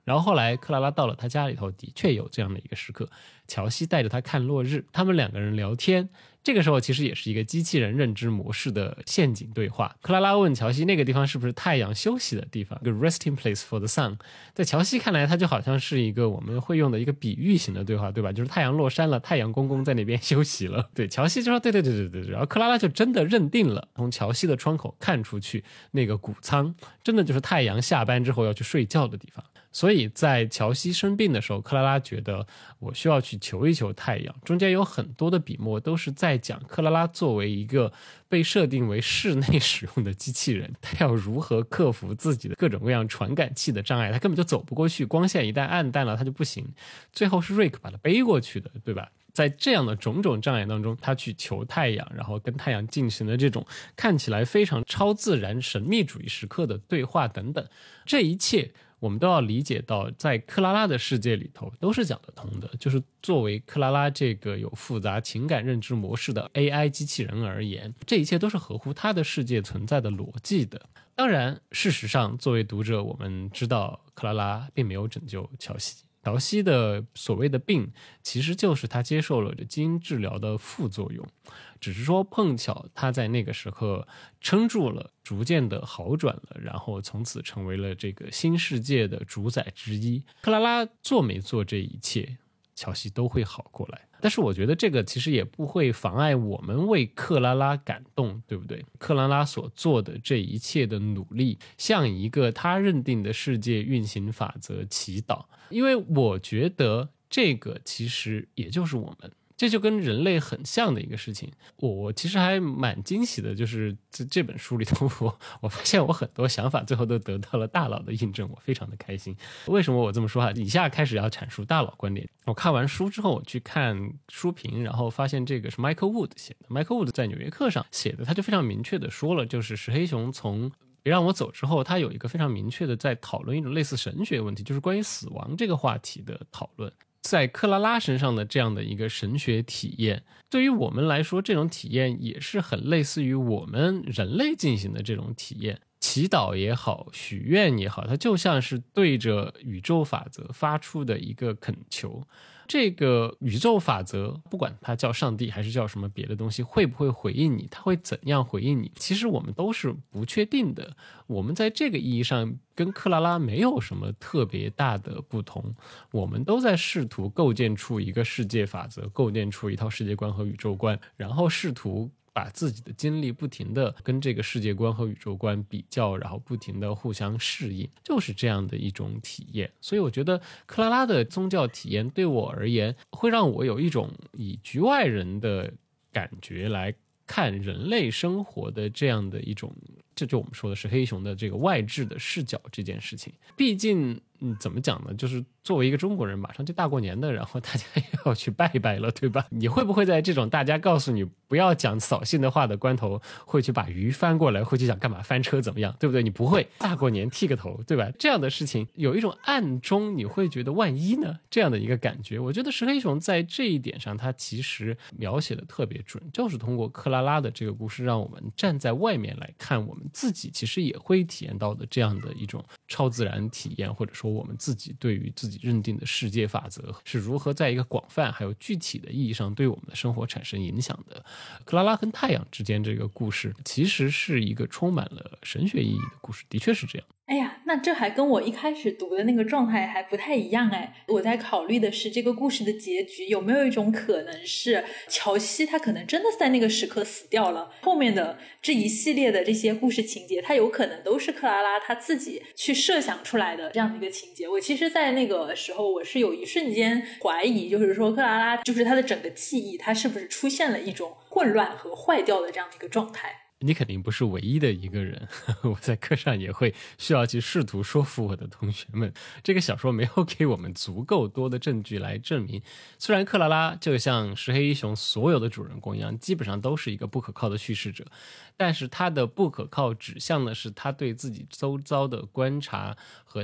然后后来克拉拉到了他家里头，的确有这样的一个时刻，乔西带着他看落日，他们两个人聊天。这个时候其实也是一个机器人认知模式的陷阱对话。克拉拉问乔西那个地方是不是太阳休息的地方，一个 resting place for the sun。 在乔西看来，它就好像是一个我们会用的一个比喻型的对话，对吧？就是太阳落山了，太阳公公在那边休息了。对，乔西就说对对对对对，然后克拉拉就真的认定了，从乔西的窗口看出去，那个谷仓真的就是太阳下班之后要去睡觉的地方。所以在乔西生病的时候，克拉拉觉得我需要去求一求太阳。中间有很多的笔墨都是在讲克拉拉作为一个被设定为室内使用的机器人，他要如何克服自己的各种各样传感器的障碍，他根本就走不过去，光线一旦暗淡了他就不行。最后是瑞克把他背过去的，对吧？在这样的种种障碍当中，他去求太阳，然后跟太阳进行了这种看起来非常超自然神秘主义时刻的对话等等，这一切我们都要理解到，在克拉拉的世界里头都是讲得通的。就是作为克拉拉这个有复杂情感认知模式的 A I 机器人而言，这一切都是合乎他的世界存在的逻辑的。当然事实上作为读者，我们知道克拉拉并没有拯救乔西，乔西的所谓的病其实就是他接受了基因治疗的副作用，只是说碰巧他在那个时刻撑住了，逐渐的好转了，然后从此成为了这个新世界的主宰之一。克拉拉做没做这一切，乔西都会好过来。但是我觉得这个其实也不会妨碍我们为克拉拉感动，对不对？克拉拉所做的这一切的努力，向一个他认定的世界运行法则祈祷，因为我觉得这个其实也就是我们，这就跟人类很像的一个事情。我我其实还蛮惊喜的，就是这这本书里头我我发现我很多想法最后都得到了大佬的印证，我非常的开心。为什么我这么说啊？以下开始要阐述大佬观点。我看完书之后，我去看书评，然后发现这个是 Michael Wood 写的。Michael Wood 在纽约客上写的，他就非常明确的说了，就是石黑雄从别让我走之后，他有一个非常明确的在讨论一种类似神学问题，就是关于死亡这个话题的讨论。在克拉拉身上的这样的一个神学体验，对于我们来说，这种体验也是很类似于我们人类进行的这种体验。祈祷也好，许愿也好，它就像是对着宇宙法则发出的一个恳求。这个宇宙法则不管它叫上帝还是叫什么别的东西，会不会回应你，它会怎样回应你，其实我们都是不确定的。我们在这个意义上跟克拉拉没有什么特别大的不同，我们都在试图构建出一个世界法则，构建出一套世界观和宇宙观，然后试图把自己的经历不停的跟这个世界观和宇宙观比较，然后不停的互相适应，就是这样的一种体验。所以我觉得克拉拉的宗教体验对我而言，会让我有一种以局外人的感觉来看人类生活的这样的一种，这就我们说的是黑熊的这个外置的视角这件事情。毕竟嗯，怎么讲呢，就是作为一个中国人，马上就大过年的，然后大家要去拜拜了，对吧？你会不会在这种大家告诉你不要讲扫兴的话的关头，会去把鱼翻过来，会去想干嘛翻车怎么样，对不对？你不会，大过年剃个头，对吧？这样的事情有一种暗中你会觉得万一呢，这样的一个感觉。我觉得石黑雄在这一点上他其实描写的特别准，就是通过克拉拉的这个故事，让我们站在外面来看我们自己其实也会体验到的这样的一种超自然体验，或者说我们自己对于自己认定的世界法则是如何在一个广泛还有具体的意义上对我们的生活产生影响的。克拉拉跟太阳之间这个故事其实是一个充满了神学意义的故事，的确是这样。 哎呀，那这还跟我一开始读的那个状态还不太一样哎。我在考虑的是这个故事的结局有没有一种可能是乔西他可能真的在那个时刻死掉了，后面的这一系列的这些故事情节它有可能都是克拉拉他自己去设想出来的这样的一个情节。我其实在那个时候我是有一瞬间怀疑，就是说克拉拉就是他的整个记忆他是不是出现了一种混乱和坏掉的这样的一个状态。 你肯定不是唯一的一个人，我在课上也会需要去试图说服我的同学们，这个小说没有给我们足够多的证据来证明，虽然克拉拉就像石黑一雄所有的主人公一样，基本上都是一个不可靠的叙事者，但是他的不可靠指向的是他对自己周遭的观察和他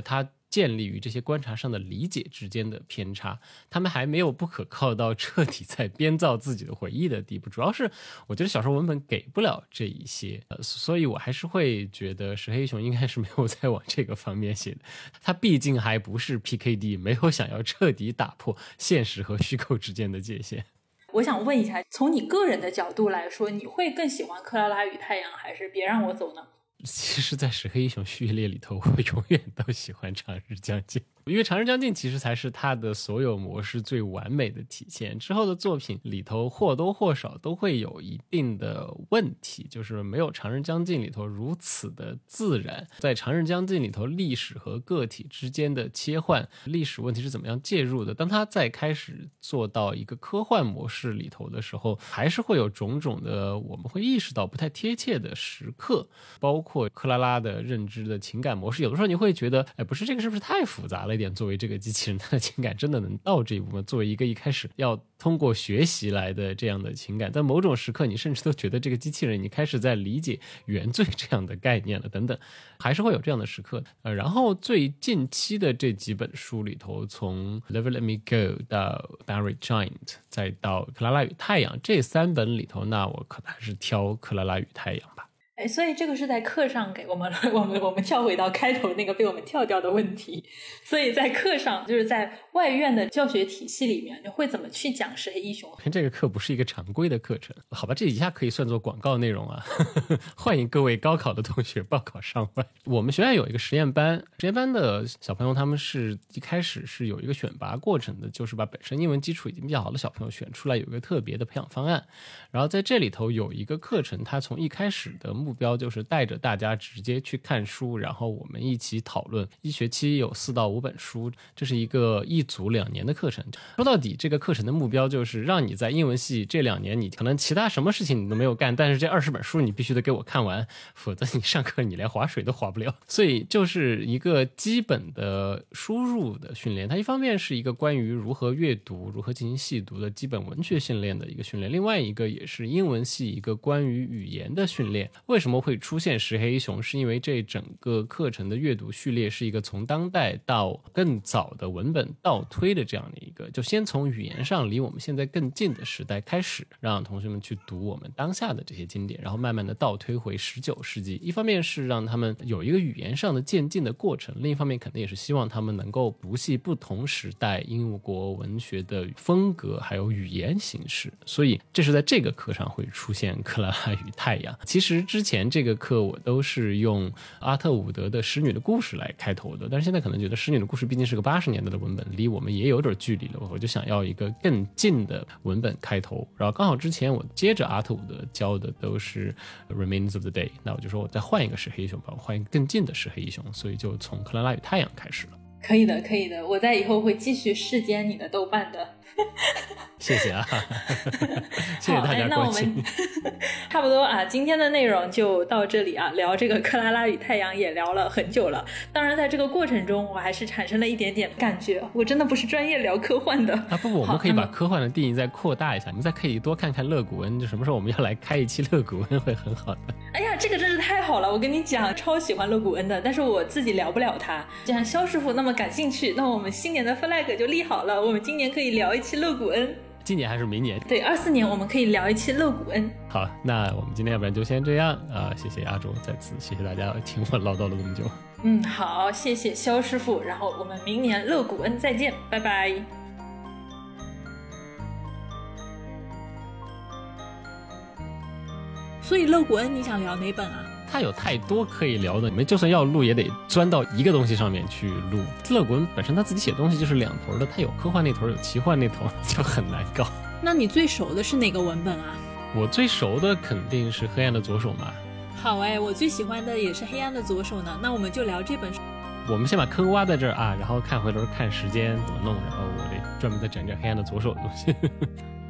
建立于这些观察上的理解之间的偏差，他们还没有不可靠到彻底在编造自己的回忆的地步。主要是我觉得小说文本给不了这一些，呃，所以我还是会觉得石黑一雄应该是没有在往这个方面写的。他毕竟还不是 P K D， 没有想要彻底打破现实和虚构之间的界限。 我想问一下，从你个人的角度来说，你会更喜欢克拉拉与太阳还是别让我走呢？ 其实在石黑一雄序列里头，我永远都喜欢长日将近，因为长日将近其实才是他的所有模式最完美的体现。之后的作品里头或多或少都会有一定的问题，就是没有长日将近里头如此的自然。在长日将近里头，历史和个体之间的切换，历史问题是怎么样介入的，当他在开始做到一个科幻模式里头的时候，还是会有种种的我们会意识到不太贴切的时刻，包括克拉拉的认知的情感模式，有的时候你会觉得，哎，不是这个是不是太复杂了一点？作为这个机器人，他的情感真的能到这一步吗？作为一个一开始要通过学习来的这样的情感，在某种时刻，你甚至都觉得这个机器人你开始在理解原罪这样的概念了，等等，还是会有这样的时刻。呃，然后最近期的这几本书里头，从 Never Let Me Go 到 Buried Giant， 再到克拉拉与太阳这三本里头，那我可能还是挑克拉拉与太阳吧。 哎，所以这个是在课上给我们我们我们跳回到开头那个被我们跳掉的问题。所以在课上，就是在外院的教学体系里面，你会怎么去讲石黑一雄？ 这个课不是一个常规的课程，好吧，这一下可以算作广告内容啊。欢迎各位高考的同学报考上外。我们学院有一个实验班，实验班的小朋友他们是一开始是有一个选拔过程的，就是把本身英文基础已经比较好的小朋友选出来，有一个特别的培养方案。然后在这里头有一个课程，它从一开始的目标就是带着大家直接去看书，然后我们一起讨论。一学期有四到五本书，这是一个一组两年的课程。说到底，这个课程的目标就是让你在英文系这两年，你可能其他什么事情你都没有干，但是这二十本书你必须得给我看完，否则你上课你连划水都划不了。所以就是一个基本的输入的训练，它一方面是一个关于如何阅读、如何进行细读的基本文学训练的一个训练，另外一个也是英文系一个关于语言的训练。为什么会出现石黑一雄，是因为这整个课程的阅读序列是一个从当代到更早的文本倒推的这样的一个，就先从语言上离我们现在更近的时代开始，让同学们去读我们当下的这些经典，然后慢慢的倒推回十九世纪。一方面是让他们有一个语言上的渐进的过程，另一方面肯定也是希望他们能够读悉不同时代英国文学的风格还有语言形式。所以这是在这个课上会出现克拉拉与太阳。其实之前这个课我都是用阿特伍德的《使女的故事》来开头的，但是现在可能觉得《使女的故事》毕竟是个八十年代的文本，离我们也有点距离了，我就想要一个更近的文本开头。然后刚好之前我接着阿特伍德教的都是 Remains of the Day， 那我就说我再换一个石黑一雄吧，我换一个更近的石黑一雄，所以就从克拉拉与太阳开始了。 可以的可以的，我在以后会继续视奸你的豆瓣的。 谢谢啊，谢谢大家关心。 那我们差不多啊，今天的内容就到这里啊，聊这个克拉拉与太阳也聊了很久了。当然在这个过程中我还是产生了一点点感觉，我真的不是专业聊科幻的啊。不不，我们可以把科幻的定义再扩大一下，我们再可以多看看勒古恩，就什么时候我们要来开一期勒古恩会很好的。 哎呀，这个真是太好了，我跟你讲，超喜欢勒古恩的，但是我自己聊不了他。既然肖师傅那么感兴趣，那我们新年的 flag 就立好了，我们今年可以聊一期勒古恩。 今年还是明年？ 对，二四年我们可以聊一期勒古恩。 好，那我们今天要不然就先这样啊、呃！谢谢阿卓，再次谢谢大家听我唠叨了这么久。 嗯，好，谢谢肖师傅，然后我们明年勒古恩再见，拜拜。所以勒古恩你想聊哪本啊？ 他有太多可以聊的，你们就算要录也得钻到一个东西上面去录。勒古恩本身他自己写东西就是两头的，他有科幻那头有奇幻那头，就很难搞。 那你最熟的是哪个文本啊？ 我最熟的肯定是黑暗的左手嘛。 好哎，我最喜欢的也是黑暗的左手呢，那我们就聊这本书。 我们先把坑挖在这儿啊，然后看回头看时间怎么弄，然后我得专门再讲讲黑暗的左手的东西。